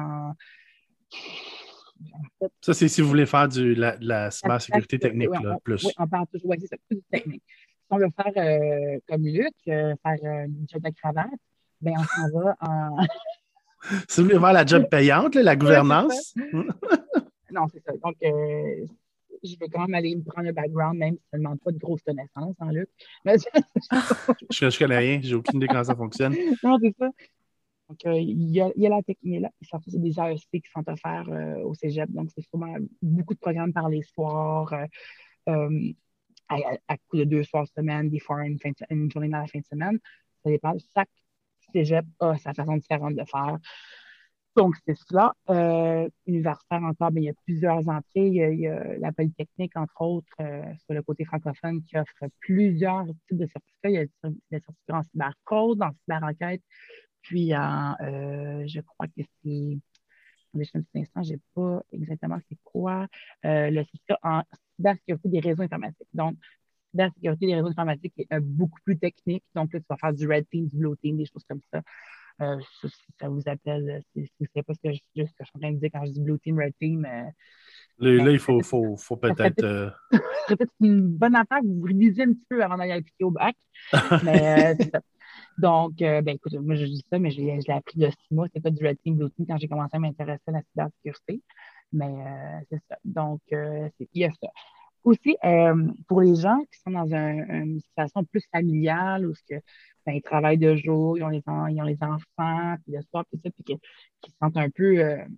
en fait, Ça, c'est si vous voulez faire de la cybersécurité technique, oui, là, oui, plus. on parle toujours, oui, c'est ça, plus de technique. Si on veut faire comme Luc, faire une job de cravate, ben on s'en va en, Si vous voulez faire la job payante, là, la ouais, c'est ça. gouvernance. Non, c'est ça. Donc, je vais quand même aller me prendre un background, même si ça ne demande pas de grosses connaissances, hein, Luc. Mais, Je connais rien, j'ai aucune idée comment ça fonctionne. non, c'est ça. Donc, il y a la technique là. C'est des AEC qui sont offerts au cégep. Donc, c'est souvent beaucoup de programmes par les soirs, euh, à coup de 2 soirs semaine, des fois une journée dans la fin de semaine. Ça dépend. Chaque cégep a sa façon différente de faire. Donc, c'est cela. Universitaire encore, mais il y a plusieurs entrées. Il y a la Polytechnique, entre autres, sur le côté francophone, qui offre plusieurs types de certificats. Il y a des certificats en cyberfraude, en cyberenquête, puis je crois que c'est, juste un petit instant, je n'ai pas exactement c'est quoi, le certificat en cybersécurité des réseaux informatiques. Donc, cybersécurité des réseaux informatiques est beaucoup plus technique. Donc, là, tu vas faire du red team, du blue team, des choses comme ça. Si ça vous appelle, si vous ne savez pas ce que je suis en train de dire quand je dis Blue Team, Red Team, ben, Là, il faut ça serait peut-être. ça serait peut-être une bonne affaire que vous révisez un petit peu avant d'aller appliquer au bac. Mais c'est ça. Donc, ben, écoute, moi, je dis ça, mais je l'ai appris il y a 6 mois. C'était pas du Red Team, Blue Team quand j'ai commencé à m'intéresser à la cybersécurité. Mais c'est ça. Donc, il y a ça. Aussi, pour les gens qui sont dans une situation plus familiale, où ben, ils travaillent de jour, ils ont les enfants, puis le soir, puis ça, puis qui se sentent un peu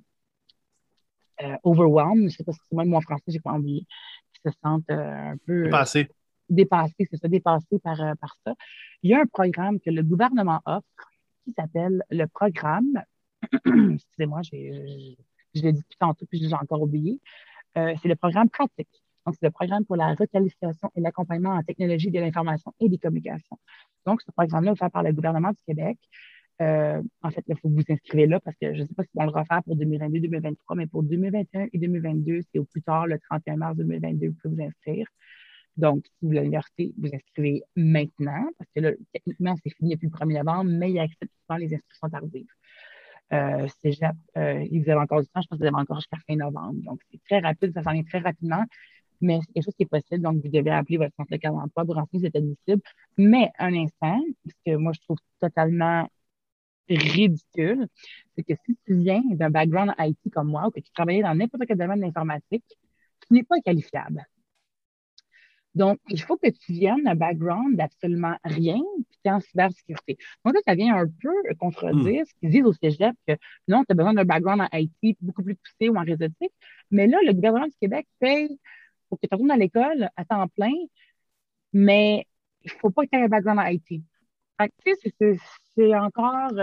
overwhelmed, je sais pas si c'est moi le mot en français, j'ai pas envie, qui se sentent un peu Passé. dépassés, c'est ça, dépassés par ça. Il y a un programme que le gouvernement offre qui s'appelle le programme, excusez-moi, je l'ai dit tout tantôt, puis j'ai encore oublié, c'est le programme pratique. Donc, c'est le programme pour la requalification et l'accompagnement en technologie de l'information et des communications. Donc, ce programme-là est offert par le gouvernement du Québec. En fait, il faut que vous inscrivez là parce que je ne sais pas si on le refaire pour 2022-2023, mais pour 2021 et 2022, c'est au plus tard, le 31 mars 2022, vous pouvez vous inscrire. Donc, si vous voulez l'université, vous inscrivez maintenant, parce que là, techniquement, c'est fini depuis le 1er novembre, mais il accepte souvent les inscriptions tardives. Cégep, vous avez encore du temps, je pense que vous avez encore jusqu'à fin novembre. Donc, c'est très rapide, ça s'en est très rapidement, mais c'est quelque chose qui est possible. Donc, vous devez appeler votre centre local d'emploi pour renseigner si c'est admissible. Mais un instant, ce que moi, je trouve totalement ridicule, c'est que si tu viens d'un background IT comme moi ou que tu travaillais dans n'importe quel domaine de l'informatique, tu n'es pas qualifiable. Donc, il faut que tu viennes d'un background d'absolument rien, puis tu es en cybersécurité. Donc là, ça vient un peu contredire ce qu'ils disent au cégep, que non, tu as besoin d'un background en IT beaucoup plus poussé ou en réseautique. Mais là, le gouvernement du Québec paye pour que tu retournes à l'école à temps plein, mais il ne faut pas que tu aies un background en IT. Fait que, tu sais, c'est encore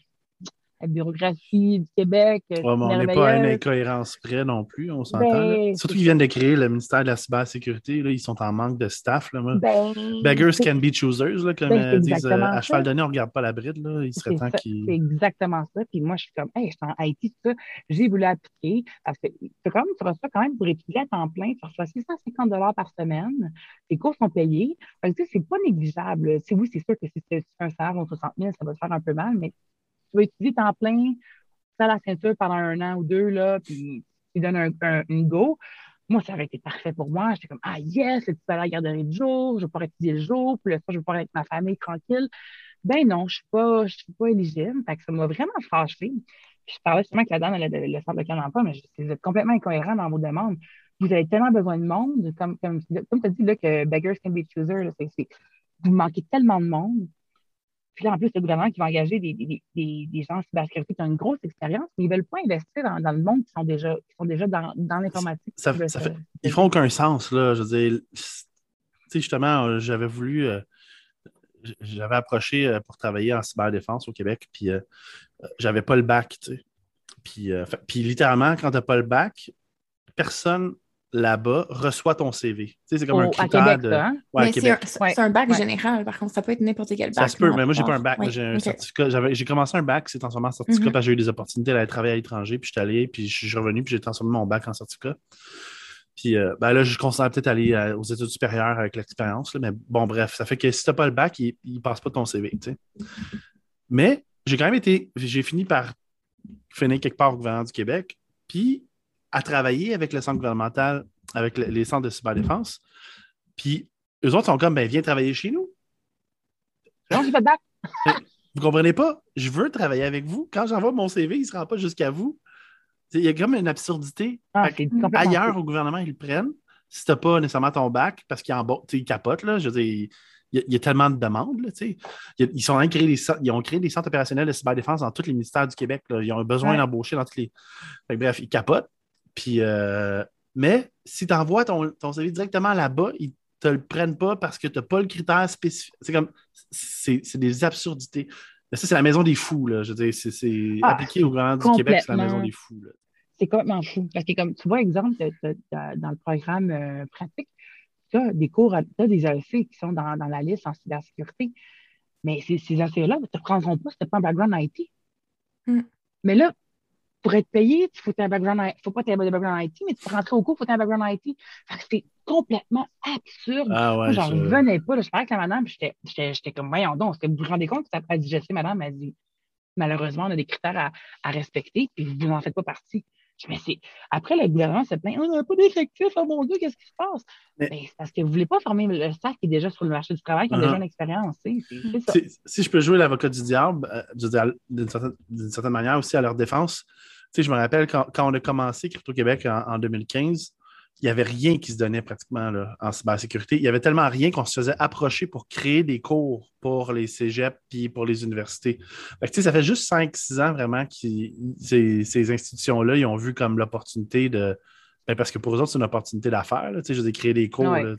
la bureaucratie du Québec, Ouais, mais on n'est pas à une incohérence près non plus, on s'entend. Là. Surtout qu'ils viennent de créer le ministère de la cybersécurité. Là, ils sont en manque de staff. Là, beggars can be choosers, là, comme disent à cheval donné, on ne regarde pas la bride. Là. Il serait temps qu'ils. C'est exactement ça. Puis moi, je suis comme, hey, je suis en IT, tout ça. J'ai voulu appliquer parce que tu reçois quand même pour étudier à temps plein, tu reçois 650 par semaine. Tes cours sont payés. Tu sais, c'est pas négligeable. Oui, c'est sûr que si tu fais un salaire de 60 000, ça va te faire un peu mal, mais tu vas étudier temps plein, ça à la ceinture pendant 1 an ou 2, là, puis tu donnes une go. Moi, ça aurait été parfait pour moi. J'étais comme, ah yes, c'est à la garderie de jour, je vais pouvoir étudier le jour, puis le soir, je vais pouvoir être avec ma famille tranquille. Ben non, je suis pas éligible. Fait que ça m'a vraiment fâchée. Puis je parlais justement avec la dame, le centre local d'emploi, mais vous êtes complètement incohérent dans vos demandes. Vous avez tellement besoin de monde, comme tu as dit là, que beggars can be choosers, là, vous manquez tellement de monde. Puis là, en plus, le gouvernement qui va engager des gens en cybersécurité qui ont une grosse expérience, mais ils ne veulent pas investir dans le monde qui sont déjà dans l'informatique. Ils font aucun sens, là. Je veux dire, tu sais, justement, j'avais approché pour travailler en cyberdéfense au Québec, puis j'avais pas le bac, tu sais. Puis littéralement, quand tu n'as pas le bac, personne là-bas reçoit ton CV. Tu sais, c'est comme un critère à Québec, de. Ça, hein? Ouais, mais c'est un bac général, par contre, ça peut être n'importe quel bac. Ça se peut, mais moi, j'ai pas un bac. J'ai un certificat. J'ai commencé un bac, c'est transformé en certificat parce que j'ai eu des opportunités d'aller travailler à l'étranger, puis je suis allé, puis je suis revenu, puis j'ai transformé mon bac en certificat. Puis là, je considère peut-être aller aux études supérieures avec l'expérience, mais bon, bref, ça fait que si tu n'as pas le bac, il ne passe pas ton CV. Tu sais. Mais j'ai fini par finir quelque part au gouvernement du Québec, puis à travailler avec le centre gouvernemental, avec les centres de cyberdéfense. Puis eux autres sont comme, ben, viens travailler chez nous. Non, j'ai pas de bac. Vous comprenez pas? Je veux travailler avec vous. Quand j'envoie mon CV, il ne se rend pas jusqu'à vous. Il y a comme une absurdité. Ailleurs, au gouvernement, ils le prennent. Si tu n'as pas nécessairement ton bac, parce qu'ils capotent, là, je veux dire, il y a tellement de demandes. Là, ils ont créé des centres opérationnels de cyberdéfense dans tous les ministères du Québec. Là. Ils ont besoin d'embaucher dans tous les. Bref, ils capotent. Puis, mais si tu envoies ton CV directement là-bas, ils ne te le prennent pas parce que tu n'as pas le critère spécifique. C'est des absurdités. Mais ça, c'est la maison des fous. Là. Je veux dire, c'est appliqué au gouvernement du Québec, c'est la maison des fous. Là. C'est complètement fou. Parce que, comme tu vois, exemple, dans le programme pratique, tu as des cours, tu as des AEC qui sont dans la liste en cybersécurité. Mais ces AEC-là ne te prendront pas si tu n'as pas un background IT. Mais là, pour être payé, il faut pas que tu aies un background IT, mais pour rentrer au cours, il faut que tu aies un background IT. C'est complètement absurde. Moi, j'en revenais pas. Là, je parlais avec la madame, j'étais comme, voyons donc, est-ce que vous vous rendez compte? Elle dit, je sais, madame, elle dit, malheureusement, on a des critères à respecter, puis vous n'en faites pas partie. Mais après, le gouvernement se plaint, on n'a pas d'effectifs, oh mon Dieu, qu'est-ce qui se passe? Mais c'est parce que vous ne voulez pas former le staff qui est déjà sur le marché du travail, qui ont déjà une expérience. C'est ça. Si je peux jouer l'avocat du diable, d'une certaine manière aussi à leur défense, je me rappelle quand on a commencé Crypto-Québec en 2015, il n'y avait rien qui se donnait pratiquement là, en cybersécurité. Il n'y avait tellement rien qu'on se faisait approcher pour créer des cours pour les cégeps et pour les universités. Ça fait juste 5-6 ans vraiment que ces institutions-là, ils ont vu comme l'opportunité de. Parce que pour eux autres, c'est une opportunité d'affaires. Je veux dire, créer des cours, là,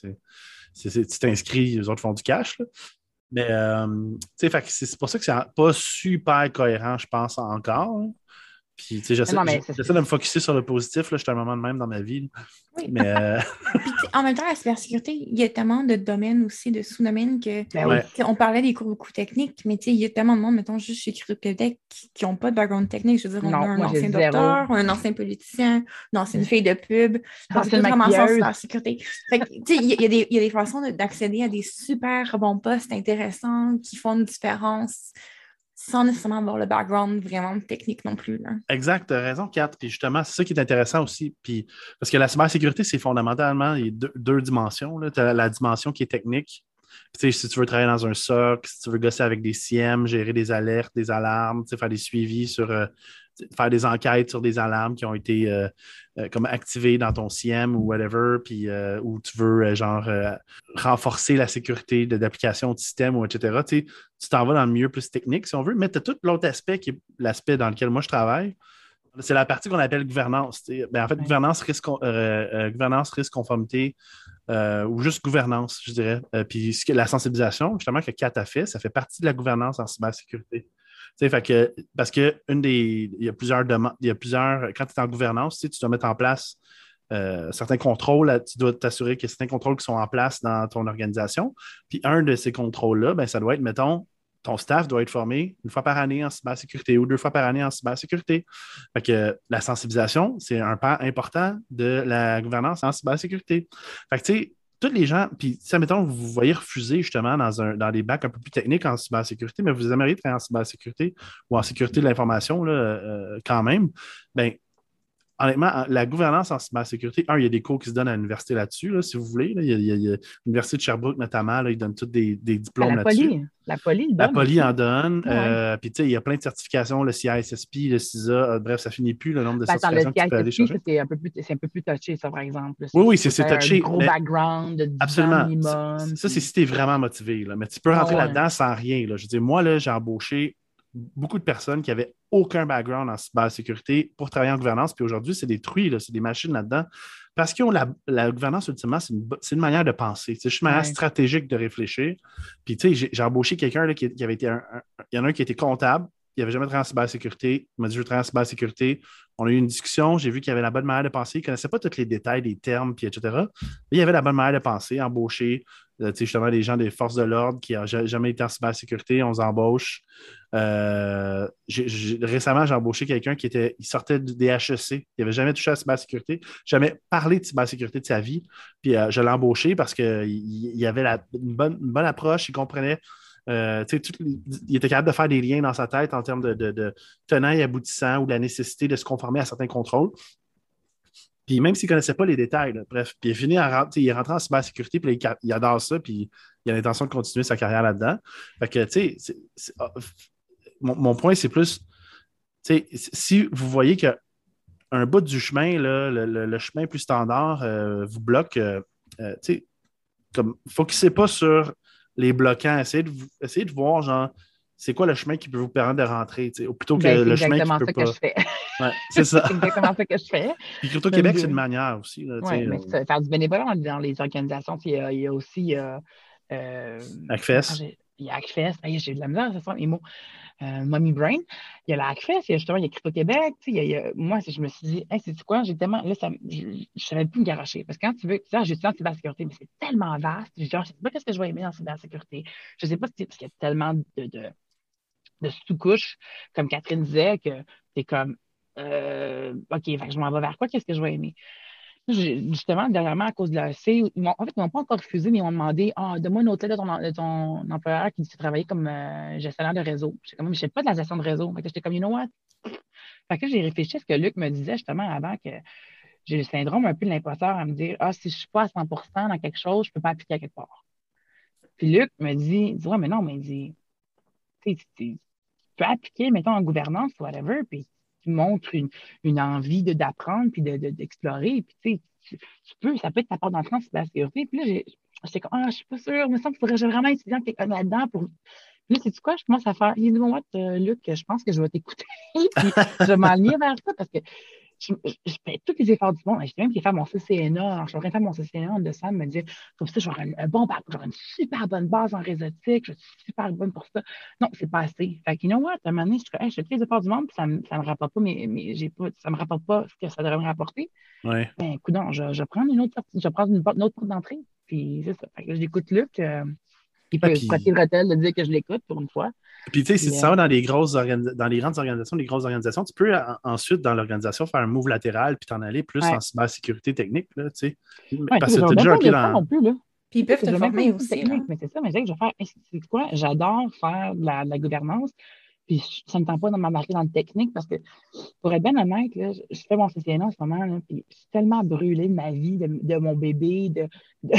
tu t'inscris, les autres font du cash. Là. Mais c'est pour ça que c'est pas super cohérent, je pense, encore. Hein. Puis, tu sais, j'essaie de me focusser sur le positif. Là, je suis à un moment de même dans ma vie. Oui. Mais, Puis, en même temps, la cybersécurité, il y a tellement de domaines aussi, de sous-domaines que on parlait des cours beaucoup techniques, mais il y a tellement de monde, mettons, juste chez Crypto-Québec qui n'ont pas de background technique. Je veux dire, on a un ancien docteur, un ancien politicien, une ancienne fille de pub, c'est tout vraiment sans cybersécurité. Il y a des façons d'accéder à des super bons postes intéressants qui font une différence sans nécessairement avoir le background vraiment technique non plus. Là. Exact, tu as raison, Kat. Puis justement, c'est ça qui est intéressant aussi. Puis, parce que la cybersécurité, c'est fondamentalement deux dimensions. Tu as la dimension qui est technique. Puis, si tu veux travailler dans un SOC, si tu veux gosser avec des CIEM, gérer des alertes, des alarmes, faire des suivis sur faire des enquêtes sur des alarmes qui ont été comme activées dans ton CIEM ou whatever, puis où tu veux renforcer la sécurité d'application de système ou etc. Tu t'en vas dans le milieu plus technique, si on veut, mais tu as tout l'autre aspect qui est l'aspect dans lequel moi je travaille. C'est la partie qu'on appelle gouvernance. En fait, gouvernance, risque, conformité, ou juste gouvernance, je dirais. Puis la sensibilisation, justement, que Kat a fait, ça fait partie de la gouvernance en cybersécurité. Parce que il y a plusieurs demandes, quand tu es en gouvernance, tu dois mettre en place certains contrôles, tu dois t'assurer qu'il y a certains contrôles qui sont en place dans ton organisation. Puis un de ces contrôles-là, ça doit être, mettons, ton staff doit être formé une fois par année en cybersécurité ou 2 fois par année en cybersécurité. Fait que la sensibilisation, c'est un pas important de la gouvernance en cybersécurité. Fait que, tu sais, tous les gens, puis, mettons, vous voyez refuser justement dans des bacs un peu plus techniques en cybersécurité, mais vous aimeriez travailler en cybersécurité ou en sécurité de l'information quand même, bien, honnêtement, la gouvernance en cybersécurité, il y a des cours qui se donnent à l'université là-dessus, là, si vous voulez. Là. Il y a l'Université de Sherbrooke, notamment, là, ils donnent tous des diplômes là-dessus. La Poly en donne. Puis, tu sais, il y a plein de certifications, le CISSP, le CISA, bref, ça finit plus le nombre de certifications que tu peux aller chercher. C'est un peu plus touché, ça, par exemple. Oui, c'est touché. Un gros background de 10 ans minimum. Ça, c'est si tu es vraiment motivé. Là. Mais tu peux rentrer là-dedans sans rien. Là. Je veux dire, moi, là, j'ai embauché beaucoup de personnes qui n'avaient aucun background en cybersécurité pour travailler en gouvernance. Puis aujourd'hui, c'est des truies, là, c'est des machines là-dedans. Parce que la gouvernance, ultimement, c'est une manière de penser. C'est une manière stratégique de réfléchir. Puis, tu sais, j'ai embauché quelqu'un là, qui avait été il y en a un qui était comptable. Il n'avait jamais travaillé en cybersécurité. Il m'a dit, je veux travailler en cybersécurité. On a eu une discussion. J'ai vu qu'il avait la bonne manière de penser. Il ne connaissait pas tous les détails des termes, puis etc. Mais il avait la bonne manière de penser, embaucher justement des gens des forces de l'ordre qui n'ont jamais été en cybersécurité. On les embauche. Récemment, j'ai embauché quelqu'un il sortait des HEC. Il n'avait jamais touché à la cybersécurité, jamais parlé de cybersécurité de sa vie. Puis je l'ai embauché parce qu'il avait une bonne approche. Il comprenait. Il était capable de faire des liens dans sa tête en termes de tenants et aboutissants ou de la nécessité de se conformer à certains contrôles. Puis même s'il ne connaissait pas les détails, là, bref, puis il est rentré en cybersécurité, puis il adore ça, puis il a l'intention de continuer sa carrière là-dedans. Fait que, tu sais, mon point, c'est plus, si vous voyez qu'un bout du chemin, là, le chemin plus standard vous bloque, comme focussez pas sur les bloquants, essayez de voir, genre, c'est quoi le chemin qui peut vous permettre de rentrer, plutôt que le chemin qui peut pas. C'est exactement ça que je fais. Ouais, c'est ça. C'est exactement ça que je fais. Puis Crypto-Québec, c'est une manière aussi. Oui, mais faire du bénévolat dans les organisations, il y a aussi... Hackfest. Il y a Hackfest. J'ai de la misère, ça sent mes mots. Mommy Brain. Il y a la Hackfest, il y a Crypto-Québec. Moi, je me suis dit, hey, c'est quoi? J'ai tellement. Là, je ne savais plus me garocher. Parce que quand tu veux, je suis en cybersécurité, mais c'est tellement vaste. Je ne sais pas qu'est-ce que je vais aimer en cybersécurité. Je ne sais pas si parce qu'il y a tellement de sous-couches, comme Catherine disait, que tu es comme OK, je m'en vais vers quoi? Qu'est-ce que je vais aimer? Justement, dernièrement, à cause de l'AEC, ils m'ont pas encore refusé, mais ils m'ont demandé donne-moi une autre lettre de ton employeur qui dit que tu travaillais comme gestionnaire de réseau. J'étais comme, je ne sais pas de la gestion de réseau. Fait que j'étais comme, you know what? Fait que j'ai réfléchi à ce que Luc me disait justement avant que j'ai le syndrome un peu de l'imposteur à me dire si je ne suis pas à 100% dans quelque chose, je ne peux pas appliquer à quelque part. Puis Luc me dit ouais, mais non, mais il dit tu peux appliquer, mettons, en gouvernance, whatever, puis tu montres une envie d'apprendre puis d'explorer. Puis, tu peux, ça peut être ta part d'entrée en cybersécurité. Puis là, j'étais comme, je suis pas sûre, il me semble qu'il faudrait vraiment étudier là-dedans pour. Puis là, sais-tu quoi? Je commence à faire, il dit, Luc, je pense que je vais t'écouter. Puis je vais m'aligner vers ça parce que je fais tous les efforts du monde. J'ai même fait faire mon CCNA. Je suis en train de faire mon CCNA en décembre, me dire, comme ça, j'aurai un bon bac, j'aurai une super bonne base en réseautique, je suis super bonne pour ça. Non, c'est pas assez. Fait que, you know what, à un moment donné, je fais tous les efforts du monde, puis ça me rapporte pas, ça me rapporte pas ce que ça devrait me rapporter. Ouais. Ben, écoute, je prends une autre sortie, je prends une autre porte d'entrée. Puis c'est ça. Fait que je l'écoute Luc. Il peut se frotter Puis, le bretelle de dire que je l'écoute pour une fois. puis tu sais, si Puis, tu s'en vas dans les dans les grandes organisations, les grosses organisations, tu peux ensuite, dans l'organisation, faire un move latéral puis t'en aller plus ouais. en cybersécurité technique, là, tu sais. Ouais, Parce que je tu veux as même déjà pas un de pied ça dans... non plus, là. Puis ils peuvent Je te veux même pas former une aussi, technique, là. mais c'est ça, mais c'est que je vais faire, c'est quoi, j'adore faire de la gouvernance, puis ça ne me tente pas de m'embarquer dans le technique parce que, pour être bien honnête, là, je fais mon CCNA en ce moment, là, puis je suis tellement brûlée de ma vie, de mon bébé, de,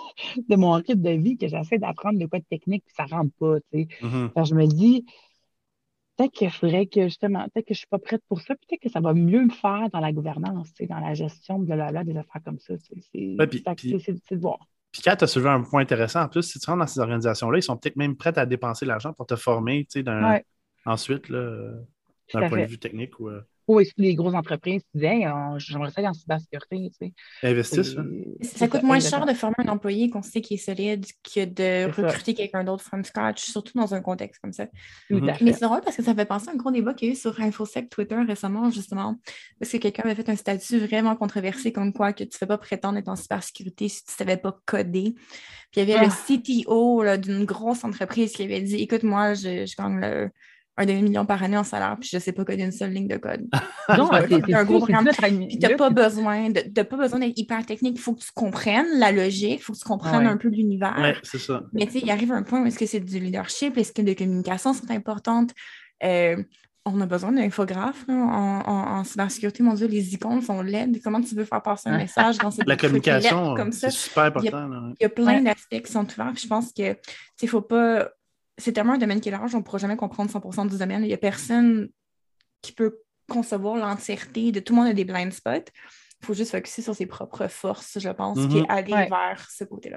de mon rythme de vie que j'essaie d'apprendre de quoi de technique, puis ça rentre pas, tu sais. Mhm. Alors, je me dis, peut-être qu'il faudrait que, justement, peut-être que je suis pas prête pour ça, peut-être que ça va mieux me faire dans la gouvernance, tu sais, dans la gestion de des affaires comme ça, tu sais. Ouais, C'est de voir. puis Kat a soulevé un point intéressant. En plus, si tu rentres dans ces organisations-là, ils sont peut-être même prêts à dépenser l'argent pour te former, tu sais, Ouais, ensuite, là, tout d'un à point de fait. vue technique ou Oui, c'est les grosses entreprises qui disaient, hey, j'aimerais ça aller en cybersécurité, tu sais. investissent. Là. Ça C'est coûte ça, moins cher exactement. de former un employé qu'on sait qui est solide que de C'est ça, recruter quelqu'un d'autre from scratch, surtout dans un contexte comme ça. tout à Mhm. Mais fait. c'est drôle parce que ça fait penser à un gros débat qu'il y a eu sur InfoSec Twitter récemment, justement, parce que quelqu'un avait fait un statut vraiment controversé comme quoi que tu ne fais pas prétendre être en cybersécurité si tu ne savais pas coder. Puis il y avait le Ah, CTO là, d'une grosse entreprise qui avait dit écoute, moi, je gagne un demi-million par année en salaire, puis je ne sais pas coder une seule ligne de code. Puis non, je vais coder un gros c'est-tu programme. notre Puis tu n'as ami, pas besoin d'être hyper technique. Il faut que tu comprennes la logique, il faut que tu ah comprennes ouais, un peu Ouais, l'univers. c'est ça. Mais tu sais, il arrive un point où est-ce que c'est du leadership, est-ce que les communications sont importantes? Euh, on a besoin d'un infographe là, en cybersécurité. Mon Dieu, les icônes sont laides. Comment tu veux faire passer un message quand c'est La des trucs lettres communication, comme c'est ça? super Il y a, important. Là. il y a plein ouais, d'aspects qui sont ouverts. Puis je pense que, tu sais, faut pas... C'est tellement un domaine qui est large, on ne pourra jamais comprendre 100% du domaine. Il n'y a personne qui peut concevoir l'entièreté de tout le monde a des blind spots. Il faut juste focuser sur ses propres forces, je pense, puis Mhm. aller ouais. vers ce côté-là.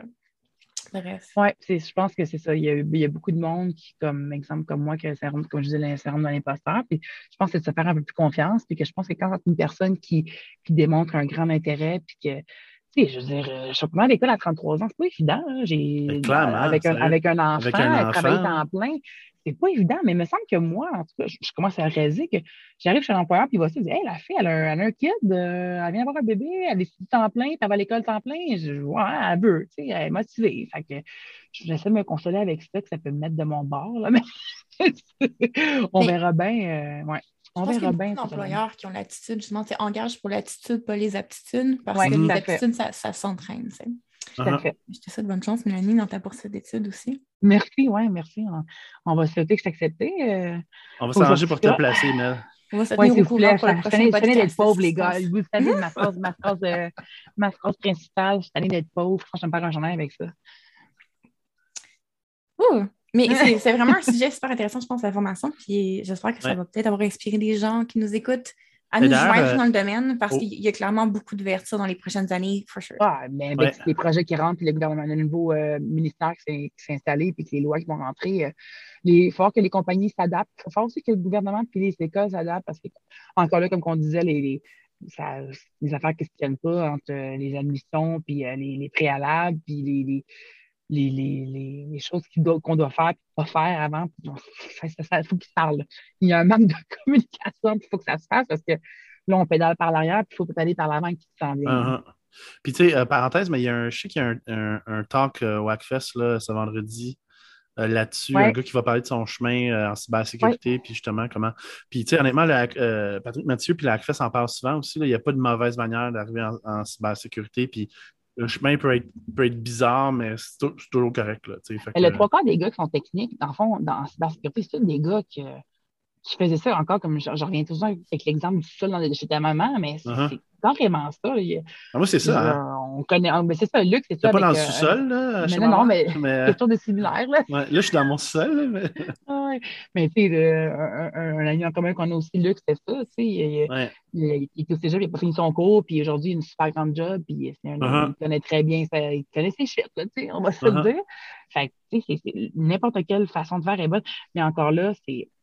Bref. Ouais, je pense que c'est ça. Il y a beaucoup de monde qui, comme exemple, comme moi, qui a le syndrome, comme je disais, le syndrome de l'imposteur. Puis je pense que c'est de se faire un peu plus confiance. Puis que je pense que quand c'est une personne qui démontre un grand intérêt, puis que, tu sais, je veux dire, je suis à l'école à 33 ans, c'est pas évident. Hein. Clairement, sérieux. Avec un Avec un enfant, travailler enfant. temps plein, c'est pas évident. Mais il me semble que moi, en tout cas, je commence à réaliser que j'arrive chez l'employeur, puis il va se dire, hey, la fille, elle a un kid, elle vient d'avoir un bébé, elle est du temps plein, puis elle va à l'école temps plein. Ouais, elle veut, tu sais, elle est motivée. Fait que, j'essaie de me consoler avec ça, que ça peut me mettre de mon bord, là, mais on Mais verra bien. Ouais. je On pense qu'il y verra a beaucoup bien cette année. d'employeurs qui ont l'attitude, justement, tu sais, engage pour l'attitude, pas les aptitudes, parce Oui, que tout les à fait. aptitudes, ça s'entraîne. Tu sais. Tout à Uh-huh. fait. Je te souhaite bonne chance, Mélanie, dans ta poursuite d'études aussi. Merci, ouais, merci. On va souhaiter que je t'accepte On va au s'arranger pour te certificat. placer, Mel. On va se Oui, tenir s'il au vous courant plaît. pour le Je prochain suis tannée d'être podcast de ce pauvre, qui les se gars. passe. Vous savez, ma phrase principale, je suis tannée d'être pauvre. Je pense que je vais me faire un journal avec ça. Ouh! Mais c'est vraiment un sujet super intéressant, je pense, la formation. Puis j'espère que ça Ouais. va peut-être avoir inspiré des gens qui nous écoutent à Et nous d'ailleurs, joindre dans le domaine parce oh, qu'il y a clairement beaucoup d'ouverture dans les prochaines années, for sure. Ah, mais avec ouais. les projets qui rentrent, puis le gouvernement, le nouveau ministère qui s'est installé, puis que les lois qui vont rentrer, il faut que les compagnies s'adaptent. Il faut aussi que le gouvernement puis les écoles s'adaptent parce que, encore là, comme on disait, les affaires qui ne se tiennent pas entre les admissions, puis les préalables, puis les choses qu'on doit faire et pas faire avant. Il faut qu'ils se parlent. Il y a un manque de communication, il faut que ça se fasse parce que là, on pédale par l'arrière, puis il faut pédaler par l'avant qui s'en vient. Uh-huh. Puis, tu sais, parenthèse, mais je sais qu'il y a un talk WACFest là, ce vendredi là-dessus, un Ouais, gars qui va parler de son chemin en ouais, cybersécurité, puis justement comment. Puis, tu sais, honnêtement, Patrick Mathieu puis la WACFest en parle souvent aussi. Là, il n'y a pas de mauvaise manière d'arriver en cybersécurité. Puis, le chemin peut être bizarre, mais c'est toujours correct. Là, tu sais, fait le que, trois quarts des gars qui sont techniques, dans le fond, dans cybersécurité, c'est tous des gars qui faisaient ça encore, comme je reviens toujours avec l'exemple du sol chez ta maman, mais uh-huh. c'est carrément ça. Ah, moi, c'est ça. Hein? On connaît, mais c'est ça, Luc, c'est T'es ça pas dans avec. le sous-sol, là, Mais chez non, maman, mais mais quelque chose de similaire, là. ouais, là, je suis dans mon sous-sol. Là, mais... Ouais. Mais tu sais, un ami en commun qu'on a aussi, Luc, c'est ça, tu sais. Ouais. Il était au cégep, il n'a pas fini son cours, puis aujourd'hui, il a une super grande job, puis Uh-huh. il connaît très bien, il connaît ses shit, là, on va se le Uh-huh. dire. Fait que, tu sais, n'importe quelle façon de faire est bonne, mais encore là, c'est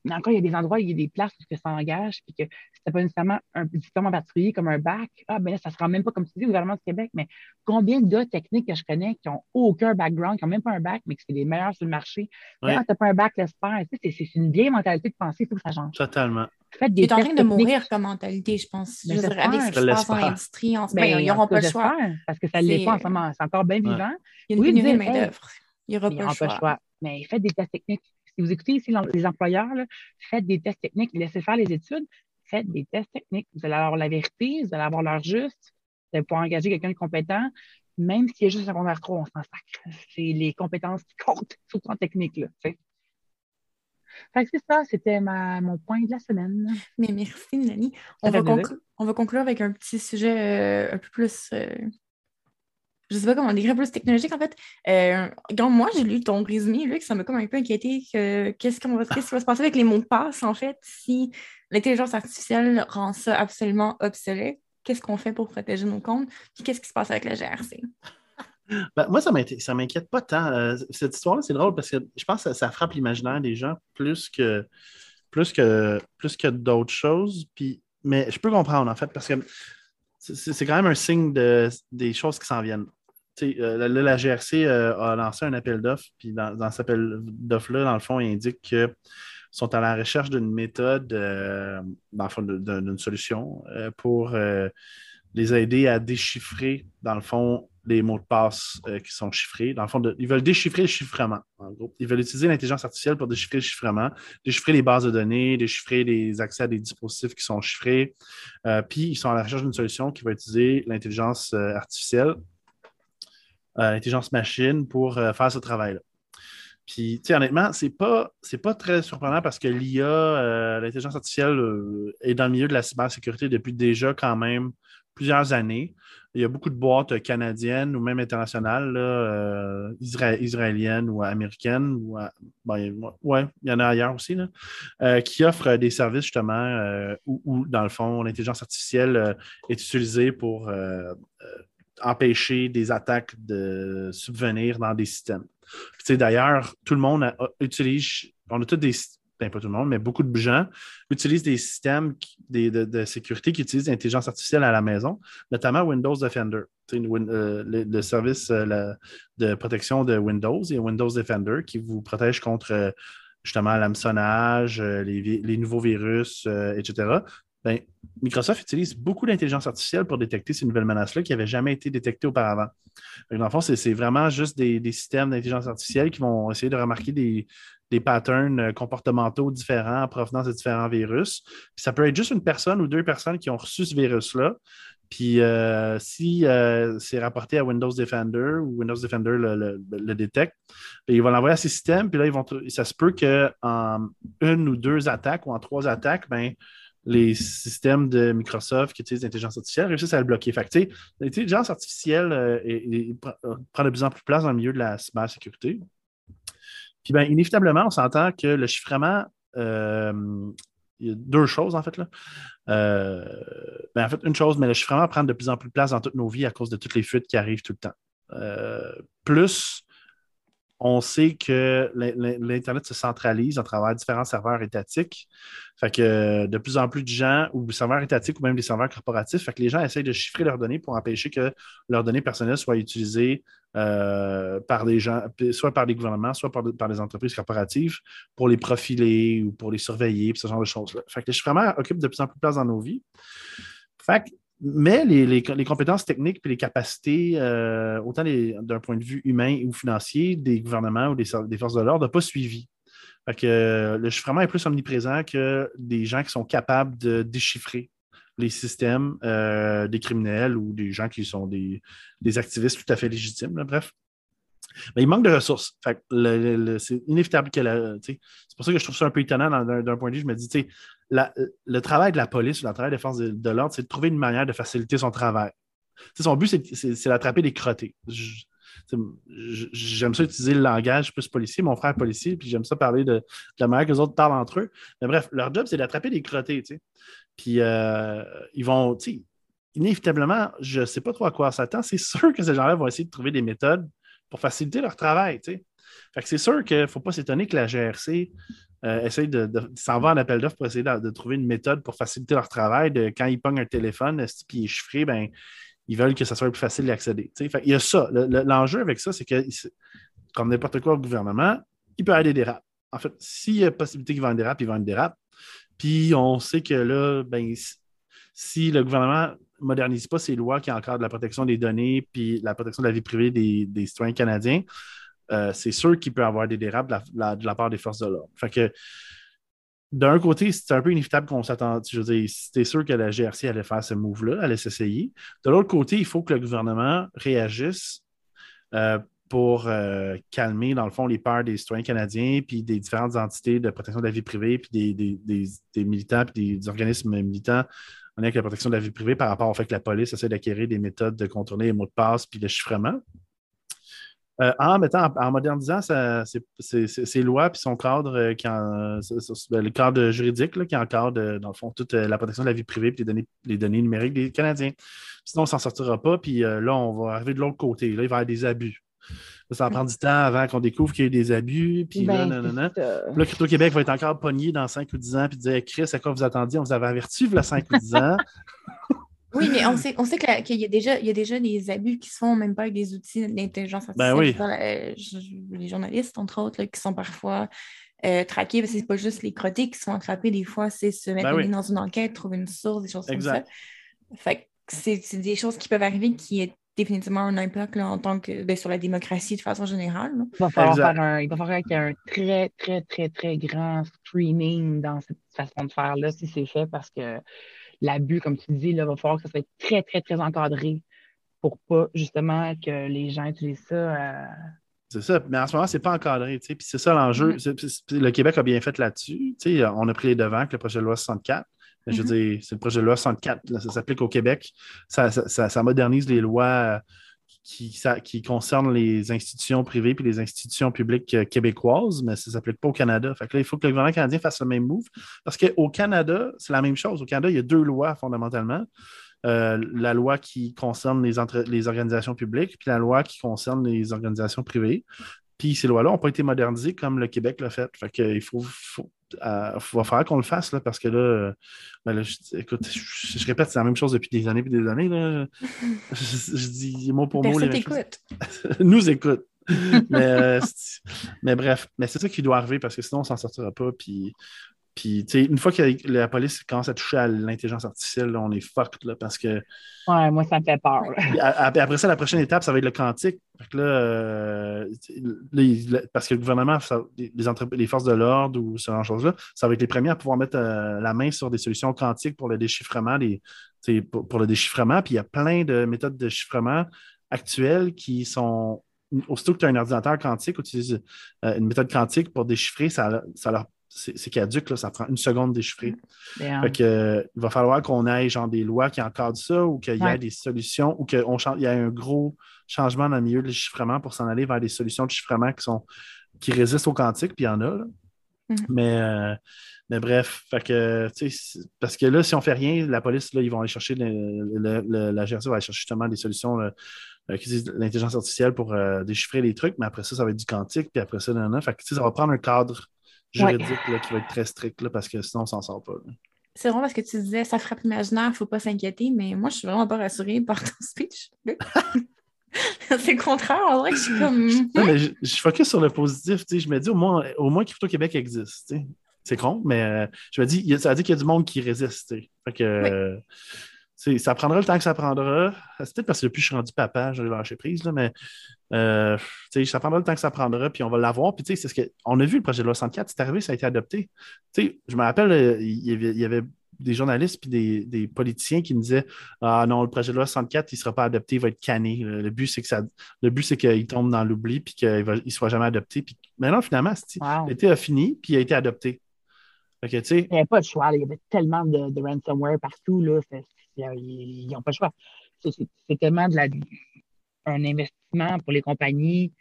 Mais encore, il y a des endroits, il y a des places où ça engage, puis que c'était pas nécessairement un diplôme en particulier comme un bac. Ah, ben là, ça se rend même pas comme tu dis au gouvernement du Québec, mais combien de techniques que je connais qui ont aucun background, qui n'ont même pas un bac, mais qui sont les meilleurs sur le marché. Mais, Oui, ah, t'as pas un bac, laisse faire. Tu sais, c'est une vieille mentalité de penser, il faut que ça change. totalement. Faites Qui des est en train tests de techniques. mourir comme mentalité, je pense. Ben, Je veux dire, avec ce j'espère. Je qui se passe dans l'espère. l'industrie en ce moment, ils Ben, en n'auront tout pas cas, le choix. j'espère, parce que ça ne l'est pas en ce moment. C'est encore bien Ouais. vivant. Il y a une Oui, pénurie de dire, hey, main-d'œuvre. Il n'y aura ils pas le n'auront pas le choix. choix. Mais faites des tests techniques. Si vous écoutez ici les employeurs, là, faites des tests techniques, laissez faire les études, faites des tests techniques. Vous allez avoir la vérité, vous allez avoir l'heure juste, vous allez pouvoir engager quelqu'un de compétent, même s'il y a juste un secondaire 3, on s'en sacre. C'est les compétences qui comptent, surtout en technique. Là, tu sais. Fait que c'est ça, c'était mon point de la semaine. Mais merci, Mélanie. Ça fait plaisir. On va conclure avec un petit sujet un peu plus. Je sais pas comment décrire, plus technologique en fait. Quand moi j'ai lu ton résumé, Luc, ça m'a comme un peu inquiété que qu'est-ce qui va se passer avec les mots de passe en fait si l'intelligence artificielle rend ça absolument obsolète. Qu'est-ce qu'on fait pour protéger nos comptes? Puis qu'est-ce qui se passe avec la GRC? Ben, moi, ça m'inquiète pas tant. Cette histoire-là, c'est drôle parce que je pense que ça frappe l'imaginaire des gens plus que d'autres choses. Mais je peux comprendre, en fait, parce que c'est quand même un signe des choses qui s'en viennent. La GRC a lancé un appel d'offres, puis dans cet appel d'offres-là, dans le fond, il indique qu'ils sont à la recherche d'une méthode, dans le fond, d'une solution pour les aider à déchiffrer, dans le fond, les mots de passe qui sont chiffrés. Dans le fond, ils veulent déchiffrer le chiffrement, en gros. Ils veulent utiliser l'intelligence artificielle pour déchiffrer le chiffrement, déchiffrer les bases de données, déchiffrer les accès à des dispositifs qui sont chiffrés. Puis, ils sont à la recherche d'une solution qui va utiliser l'intelligence artificielle, l'intelligence machine pour faire ce travail-là. Puis, tu sais, honnêtement, c'est pas très surprenant parce que l'IA, l'intelligence artificielle, est dans le milieu de la cybersécurité depuis déjà quand même plusieurs années. Il y a beaucoup de boîtes canadiennes ou même internationales, là, israéliennes ou américaines. Ouais, il y en a ailleurs aussi, là, qui offrent des services justement où, dans le fond, l'intelligence artificielle est utilisée pour empêcher des attaques de subvenir dans des systèmes. D'ailleurs, tout le monde utilise, on a tous des, ben pas tout le monde, mais beaucoup de gens utilisent des systèmes de sécurité qui utilisent l'intelligence artificielle à la maison, notamment Windows Defender. Le service de protection de Windows et Windows Defender qui vous protège contre justement l'hameçonnage, les nouveaux virus, etc. Ben, Microsoft utilise beaucoup d'intelligence artificielle pour détecter ces nouvelles menaces-là qui n'avaient jamais été détectées auparavant. Donc, dans le fond, c'est vraiment juste des systèmes d'intelligence artificielle qui vont essayer de remarquer des patterns comportementaux différents en provenance de différents virus. Puis ça peut être juste une personne ou deux personnes qui ont reçu ce virus-là. Puis si c'est rapporté à Windows Defender ou Windows Defender le détecte, ils vont l'envoyer à ces systèmes. Puis là, ça se peut qu'en une ou deux attaques ou en trois attaques, ben, les systèmes de Microsoft qui utilisent l'intelligence artificielle réussissent à le bloquer. Fait que, l'intelligence artificielle prend de plus en plus de place dans le milieu de la cybersécurité. Puis, ben, inévitablement, on s'entend que le chiffrement, il y a deux choses, en fait, là. En fait, une chose, mais le chiffrement prend de plus en plus de place dans toutes nos vies à cause de toutes les fuites qui arrivent tout le temps. Plus on sait que l'Internet se centralise à travers différents serveurs étatiques. Fait que de plus en plus de gens, ou serveurs étatiques ou même des serveurs corporatifs, fait que les gens essayent de chiffrer leurs données pour empêcher que leurs données personnelles soient utilisées par des gens, soit par les gouvernements, soit par les entreprises corporatives pour les profiler ou pour les surveiller, ce genre de choses-là. Fait que le chiffrement occupe de plus en plus de place dans nos vies. Fait que mais les compétences techniques et les capacités, autant d'un point de vue humain ou financier, des gouvernements ou des forces de l'ordre, n'ont pas suivi. Fait que, le chiffrement est plus omniprésent que des gens qui sont capables de déchiffrer les systèmes des criminels ou des gens qui sont des activistes tout à fait légitimes. Là, bref. Mais il manque de ressources. Fait que c'est inévitable que c'est pour ça que je trouve ça un peu étonnant d'un point de vue. Je me dis, le travail de la police ou le travail des forces de l'ordre, c'est de trouver une manière de faciliter son travail. Son but, c'est d'attraper des crottés. J'aime ça utiliser le langage plus policier, mon frère est policier, puis j'aime ça parler de la manière que les autres parlent entre eux. Mais bref, leur job, c'est d'attraper des crottés. Puis ils vont, inévitablement, je ne sais pas trop à quoi ça s'attend. C'est sûr que ces gens-là vont essayer de trouver des méthodes pour faciliter leur travail. Fait que c'est sûr qu'il ne faut pas s'étonner que la GRC essaye de s'en va en appel d'offres pour essayer de trouver une méthode pour faciliter leur travail. Quand ils pognent un téléphone puis il est chiffré, ben, ils veulent que ça soit plus facile d'y accéder. Fait il y a ça. L'enjeu avec ça, c'est que, comme n'importe quoi au gouvernement, il peut y avoir des dérapes. En fait, s'il y a possibilité qu'il va y avoir une dérape, il va y avoir une dérape. Puis on sait que là, ben, si le gouvernement ne modernise pas ses lois qui encadrent la protection des données puis la protection de la vie privée des citoyens canadiens, c'est sûr qu'il peut y avoir des dérapes de la part des forces de l'ordre. Fait que d'un côté, c'est un peu inévitable qu'on s'attend. Je veux dire, c'était sûr que la GRC allait faire ce move-là, allait s'essayer. De l'autre côté, il faut que le gouvernement réagisse pour calmer, dans le fond, les peurs des citoyens canadiens, puis des différentes entités de protection de la vie privée, puis des militants, puis des organismes militants en lien avec la protection de la vie privée par rapport au fait que la police essaie d'acquérir des méthodes de contourner les mots de passe puis le chiffrement. En modernisant ces lois puis son cadre, le cadre juridique là, qui encadre, dans le fond, toute la protection de la vie privée et les données numériques des Canadiens. Sinon, on ne s'en sortira pas, puis là, on va arriver de l'autre côté. Là, il va y avoir des abus. Là, ça va prendre du temps avant qu'on découvre qu'il y a eu des abus, puis là, nanana. Puis là, Crypto-Québec va être encore pogné dans 5 ou 10 ans, puis dire « Chris, à quoi vous attendiez? On vous avait averti, il y a 5 ou 10 ans. » Oui, mais on sait qu'il y a déjà des abus qui se font même pas avec des outils d'intelligence artificielle. Ben oui. Les journalistes, entre autres, là, qui sont parfois traqués, parce que c'est pas juste les crottés qui sont attrapés, des fois, c'est se mettre dans une enquête, trouver une source, des choses comme ça. Fait que c'est des choses qui peuvent arriver qui est définitivement un impact là, en tant que sur la démocratie de façon générale. Là. Il va falloir qu'il y ait un très, très, très, très grand screening dans cette façon de faire-là, si c'est fait, parce que l'abus, comme tu dis, il va falloir que ça soit très, très, très encadré pour pas, justement, que les gens utilisent ça. C'est ça, mais en ce moment, c'est pas encadré, puis c'est ça l'enjeu. Le Québec a bien fait là-dessus. On a pris les devants avec le projet de loi 64. Je veux dire, c'est le projet de loi 64, là, ça s'applique au Québec. Ça modernise les lois qui concernent les institutions privées et les institutions publiques québécoises, mais ça ne s'applique pas au Canada. Fait que là, il faut que le gouvernement canadien fasse le même move. Parce qu'au Canada, c'est la même chose. Au Canada, il y a 2 lois fondamentalement. La loi qui concerne les organisations publiques, puis la loi qui concerne les organisations privées. Puis ces lois-là n'ont pas été modernisées comme le Québec l'a fait. Fait qu'il va falloir qu'on le fasse, là, parce que là, écoute, je répète, c'est la même chose depuis des années et des années. Là. Je dis mot pour mot. Personne t'écoute. Nous écoute. mais bref, mais c'est ça qui doit arriver parce que sinon, on ne s'en sortira pas. Puis, une fois que la police commence à toucher à l'intelligence artificielle, là, on est fucked, là, parce que... Ouais, moi, ça me fait peur. Après ça, la prochaine étape, ça va être le quantique. Fait que là, parce que le gouvernement, les forces de l'ordre ou ce genre de choses-là, ça va être les premiers à pouvoir mettre la main sur des solutions quantiques pour le déchiffrement, pour le déchiffrement. Puis il y a plein de méthodes de chiffrement actuelles qui sont... Aussitôt que tu as un ordinateur quantique, utilise une méthode quantique pour déchiffrer, c'est caduque, là, ça prend 1 seconde de déchiffrer. Fait que, il va falloir qu'on ait genre des lois qui encadrent ça ou qu'il y ait des solutions ou qu'il y ait un gros changement dans le milieu de chiffrement pour s'en aller vers des solutions de chiffrement qui résistent au quantique, puis il y en a. Là. Mais bref, fait que, parce que là, si on ne fait rien, la police, là, ils vont aller chercher, la GRC va aller chercher justement des solutions qui utilisent l'intelligence artificielle pour déchiffrer les trucs, mais après ça va être du quantique, puis après ça, fait que, ça va prendre un cadre juridique là, qui va être très strict là, parce que sinon, on ne s'en sort pas. Là. C'est vraiment parce que tu disais ça frappe l'imaginaire, il ne faut pas s'inquiéter, mais moi, je suis vraiment pas rassurée par ton speech. C'est le contraire, on dirait que je suis comme. Non, mais je focus sur le positif. Je me dis au moins Crypto-Québec existe. T'sais. C'est con, mais je me dis, ça veut dire qu'il y a du monde qui résiste. Fait que. Ça prendra le temps que ça prendra. C'est peut-être parce que depuis que je suis rendu papa, j'ai lâché prise, là, mais ça prendra le temps que ça prendra, puis on va l'avoir. Puis c'est ce qu'on a vu, le projet de loi 64, c'est arrivé, ça a été adopté. Je me rappelle, il y avait des journalistes puis des politiciens qui me disaient ah non, le projet de loi 64, il ne sera pas adopté, il va être canné. Le but, c'est qu'il tombe dans l'oubli puis qu'il ne soit jamais adopté. Puis maintenant, finalement, l'été a fini puis il a été adopté. Il n'y avait pas de choix. Il y avait tellement de ransomware partout. Là, ils n'ont pas le choix. C'est tellement un investissement pour les compagnies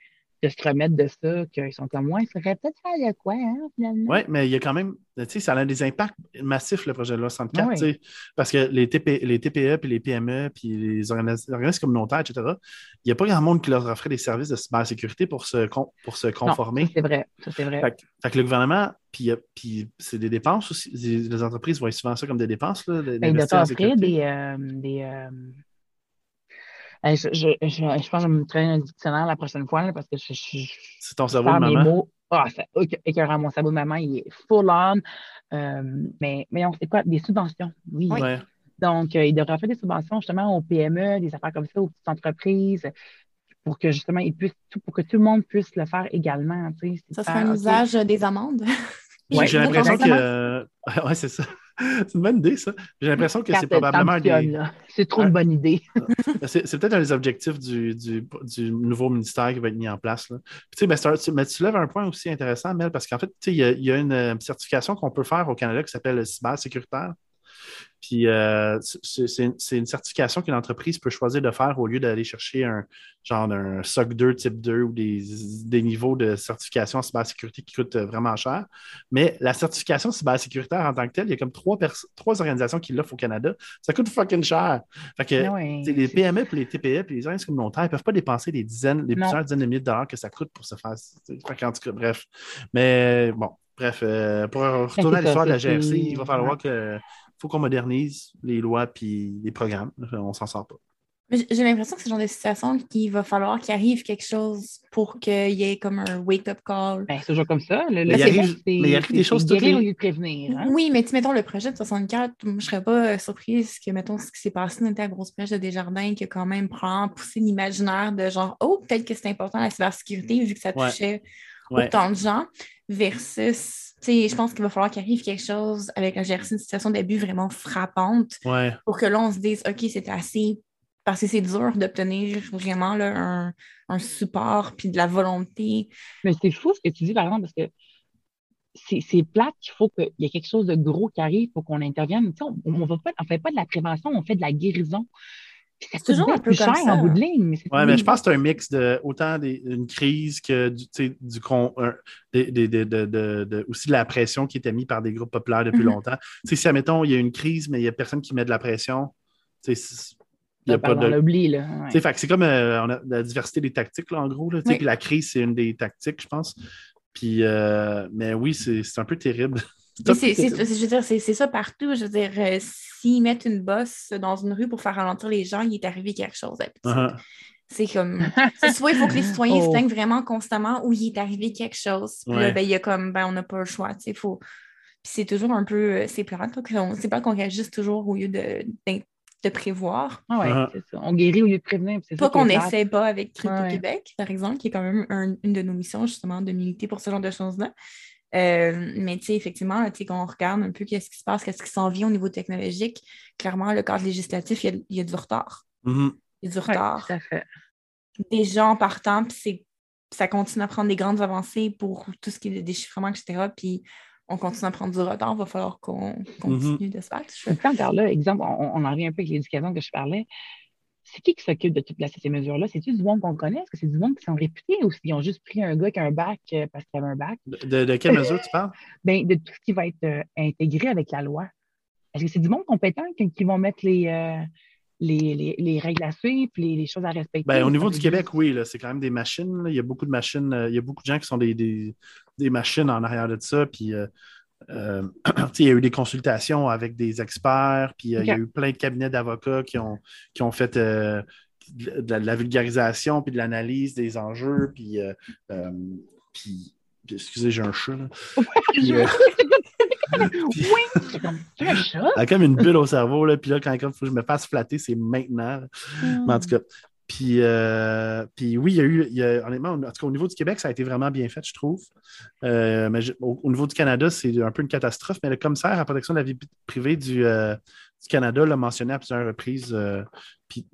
de se remettre de ça, qu'ils sont comme, ouais, ça serait peut-être faire de quoi, hein, finalement? Oui, mais il y a quand même, tu sais, ça a des impacts massifs, le projet de loi Ah 64, tu oui. sais, parce que les TPE, puis les PME, puis les organismes communautaires, etc., il n'y a pas grand monde qui leur offrait des services de cybersécurité pour se Non, ça conformer. c'est vrai. Ça c'est vrai. Fait que le gouvernement, puis c'est des dépenses aussi. Les entreprises voient souvent ça comme des dépenses, là, Ben, il doit d'investir en t'offrir sécurité. je pense que je vais me traîner un dictionnaire la prochaine fois là, parce que C'est ton je cerveau de perds mes maman. mots. Ah, ça écœurant, mon cerveau de maman, il est full on. Mais on sait quoi? Des subventions, oui. Oui. Ouais. Donc, il devrait faire des subventions justement aux PME, des affaires comme ça, aux petites entreprises, pour que justement, pour que tout le monde puisse le faire également. Tu sais, c'est Ça de serait faire, un OK. usage des amendes. J'ai Oui, j'ai l'impression exactement. que. Ouais, c'est ça. C'est une bonne idée, ça. J'ai l'impression que c'est Carte probablement t'ambitionnes, là. C'est trop une bonne idée. c'est peut-être un des objectifs du nouveau ministère qui va être mis en place, là. Puis, tu sais, mais tu lèves un point aussi intéressant, Mel, parce qu'en fait, tu sais, il y a une certification qu'on peut faire au Canada qui s'appelle le cybersécuritaire. Puis c'est une certification qu'une entreprise peut choisir de faire au lieu d'aller chercher un genre d'un SOC 2 type 2 ou des niveaux de certification en cybersécurité qui coûtent vraiment cher. Mais la certification cybersécuritaire en tant que telle, il y a comme trois organisations qui l'offrent au Canada. Ça coûte fucking cher. Fait que Ah tu sais, ouais, les PME, puis les TPE, puis les organismes communautaires, ils ne peuvent pas dépenser non. plusieurs dizaines de milliers de dollars que ça coûte pour se faire. Fait que, en tout cas, bref. Mais bon, bref, pour Ben, retourner c'est à ça, l'histoire de la GRC, il va ouais. falloir que faut qu'on modernise les lois puis les programmes. On s'en sort pas. Mais j'ai l'impression que c'est le genre de situation qu'il va falloir qu'il arrive quelque chose pour qu'il y ait comme un wake-up call. Ben, c'est toujours comme ça. Mais Parce que il arrive des C'est choses toutes guérir au les. lieu de prévenir, hein? oui, mais tu mettons le projet de 64, moi, je serais pas surprise que, mettons, ce qui s'est passé dans la grosse plage de Desjardins, qui a quand même probablement poussé l'imaginaire de genre, oh, peut-être que c'est important la cybersécurité vu que ça Ouais, touchait ouais, autant de gens, versus, tu sais, je pense qu'il va falloir qu'il arrive quelque chose avec la GRC, une situation d'abus vraiment frappante ouais. pour que là, on se dise, OK, c'est assez, parce que c'est dur d'obtenir vraiment là, un support puis de la volonté. Mais c'est fou ce que tu dis, par exemple, parce que c'est plate qu'il faut qu'il y ait quelque chose de gros qui arrive pour qu'on intervienne. Tu sais, on fait pas de la prévention, on fait de la guérison. Puis ça C'est coûte toujours bien un peu plus comme cher ça, en bout de hein. ligne, mais c'est Ouais, mais je pense horrible. que c'est un mix de autant une crise que tu sais, aussi de la pression qui était mise par des groupes populaires depuis Mhm. longtemps. Tu sais, si, admettons, il y a une crise, mais il n'y a personne qui met de la pression, tu sais, il n'y a pas On de. l'oublie, là. Tu sais, Ouais. fait que c'est comme on a la diversité des tactiques, là, en gros. Là, tu sais, Oui. puis la crise, c'est une des tactiques, je pense. Puis, mais oui, c'est un peu terrible. C'est Mais un peu terrible. je veux dire, c'est ça partout. Je veux dire, s'ils mettent une bosse dans une rue pour faire ralentir les gens, il est arrivé quelque chose d'habitude. Uh-huh. C'est comme, c'est soit il faut que les citoyens se Oh, plaignent vraiment constamment ou il est arrivé quelque chose. Puis là, Ouais. ben, il y a comme, ben, on n'a pas le choix, tu sais, faut. Puis c'est toujours un peu, c'est plate, là, c'est pas qu'on réagisse toujours au lieu de prévoir. ah ouais, Uh-huh. c'est ça. On guérit au lieu de prévenir, puis c'est ça Pas qui est qu'on plate. n'essaie pas avec Ouais. Crypto-Québec, par exemple, qui est quand même une de nos missions, justement, de militer pour ce genre de choses-là. Mais tu sais, effectivement, là, tu sais, quand on regarde un peu qu'est-ce qui se passe, qu'est-ce qui s'en vient au niveau technologique, clairement, le cadre législatif, il y a du retard. Mhm. Il y a du Oui, tout retard. à fait. Déjà en partant, puis ça continue à prendre des grandes avancées pour tout ce qui est le déchiffrement, etc. Puis on continue à prendre du retard. Il va falloir qu'on Mhm. continue de se battre. Puis encore là, exemple, on en revient un peu avec l'éducation que je parlais. C'est qui s'occupe de toutes ces mesures-là? C'est-tu du monde qu'on connaît? Est-ce que c'est du monde qui sont réputés ou s'ils ont juste pris un gars qui a un bac parce qu'il avait un bac? De quelle mesure tu parles? Ben, de tout ce qui va être intégré avec la loi. Est-ce que c'est du monde compétent qui vont mettre les règles à suivre, puis les choses à respecter, Ben, ou au ça niveau va du être Québec, juste... oui, là, c'est quand même des machines, là. Il y a beaucoup de machines, il y a beaucoup de gens qui sont des machines en arrière de ça. Puis, tu sais, il y a eu des consultations avec des experts, puis il y a OK. eu plein de cabinets d'avocats qui ont fait de la vulgarisation, puis de l'analyse des enjeux, euh, puis, excusez, j'ai un chat, là. Puis, puis- Oui! C'est comme, tu un chat? elle a comme une bulle au cerveau, là, puis là, quand il faut que je me fasse flatter, c'est maintenant, là. Mais en tout cas, puis oui, honnêtement, en tout cas, au niveau du Québec, ça a été vraiment bien fait, je trouve. Mais au niveau du Canada, c'est un peu une catastrophe, mais le commissaire à la protection de la vie privée du Canada l'a mentionné à plusieurs reprises. Puis,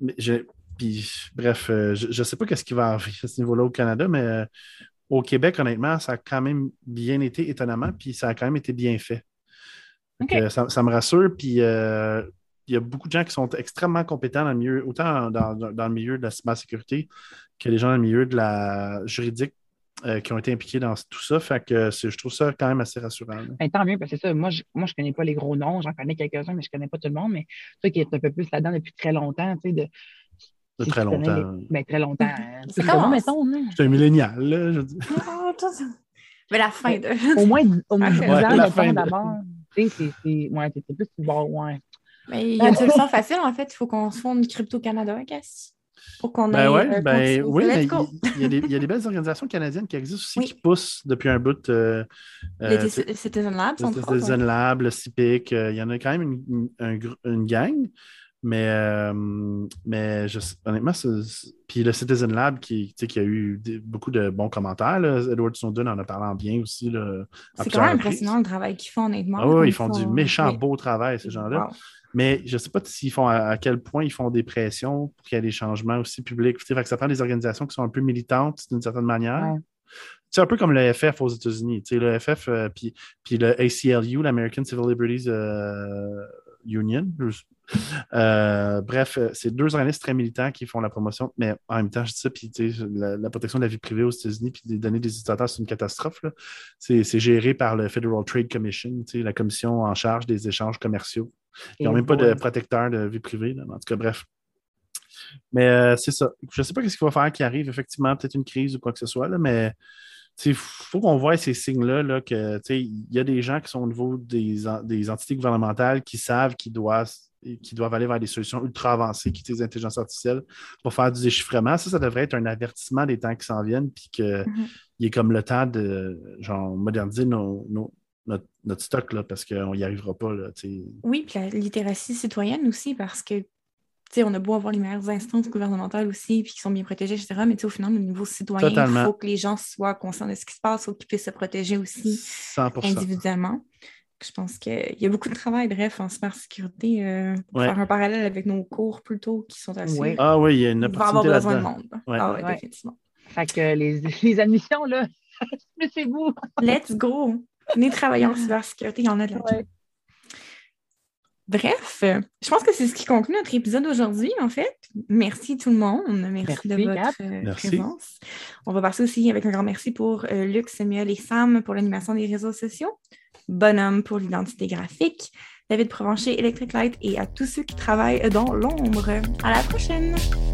bref, je ne sais pas ce qui va arriver à ce niveau-là au Canada, mais au Québec, honnêtement, ça a quand même bien été, étonnamment, puis ça a quand même été bien fait. Donc, OK. ça me rassure, puis il y a beaucoup de gens qui sont extrêmement compétents dans le milieu, autant dans le milieu de la cybersécurité que les gens dans le milieu de la juridique qui ont été impliqués dans tout ça. Fait que je trouve ça quand même assez rassurant. Ben, tant mieux, parce que c'est ça. Moi, je connais pas les gros noms. J'en connais quelques-uns, mais je connais pas tout le monde. Mais toi qui es un peu plus là-dedans depuis très longtemps, tu sais, De très longtemps. Ben, très longtemps. Ça C'est commence. mettons, là. Je suis un millénial, là, je dis. Mais la fin de. Au moins 10 ans, la fin mettons, de- d'abord. Tu sais, ouais, t'es plus bon, ouais. Mais il y a une solution facile, en fait. Il faut qu'on se fonde Crypto-Canada, Cass. Pour qu'on ait Oui, mais Let's go. il y a des belles organisations canadiennes qui existent aussi, Oui. qui poussent depuis un bout. Les Citizen Labs sont le trop. Citizen Lab, le CIPIC, il y en a quand même une gang. Mais honnêtement, puis le Citizen Lab qui a eu beaucoup de bons commentaires. Là. Edward Snowden en a parlé en bien aussi. Là, c'est quand même impressionnant le travail qu'ils font, honnêtement. Ah oui, ils font du méchant beau travail, ces gens-là. Wow. Mais je ne sais pas s'ils font à quel point ils font des pressions pour qu'il y ait des changements aussi publics. Fait que ça prend des organisations qui sont un peu militantes d'une certaine manière. Ouais. C'est un peu comme le FF aux États-Unis. Le FF puis le ACLU, l'American Civil Liberties Union. Bref, c'est deux organismes très militants qui font la promotion, mais en même temps, je dis ça, puis la protection de la vie privée aux États-Unis, puis des données des utilisateurs, c'est une catastrophe. Là. C'est géré par le Federal Trade Commission, la commission en charge des échanges commerciaux. Ils n'ont même pas de protecteur de vie privée. Là. En tout cas, bref. Mais c'est ça. Je ne sais pas ce qu'il va faire qui arrive, effectivement, peut-être une crise ou quoi que ce soit, là, mais il faut qu'on voie ces signes-là, là, que il y a des gens qui sont au niveau des entités gouvernementales qui savent qu'ils doivent aller vers des solutions ultra avancées qui utilisent l'intelligence artificielle pour faire du déchiffrement. Ça devrait être un avertissement des temps qui s'en viennent, puis qu'il est comme le temps de moderniser notre stock, là, parce qu'on n'y arrivera pas. Là, oui, puis la littératie citoyenne aussi, parce que on a beau avoir les meilleures instances gouvernementales aussi, puis qui sont bien protégées, etc. Mais au final, au niveau citoyen, il faut que les gens soient conscients de ce qui se passe, il faut qu'ils puissent se protéger aussi 100%. Individuellement. Je pense qu'il y a beaucoup de travail, bref, en cybersécurité. Faire un parallèle avec nos cours plutôt qui sont assez... Oui. Ah oui, il y a une opportunité. Il va avoir besoin de monde. Ouais. Ah oui, définitivement. Fait que les admissions, là, c'est vous. Let's go! Venez travailler en cybersécurité, il y en a de la job. Bref, je pense que c'est ce qui conclut notre épisode d'aujourd'hui, en fait. Merci tout le monde. Merci de votre présence. On va passer aussi avec un grand merci pour Luc, Samuel et Sam pour l'animation des réseaux sociaux, Bonhomme pour l'identité graphique, David Provencher, Electric Light et à tous ceux qui travaillent dans l'ombre. À la prochaine!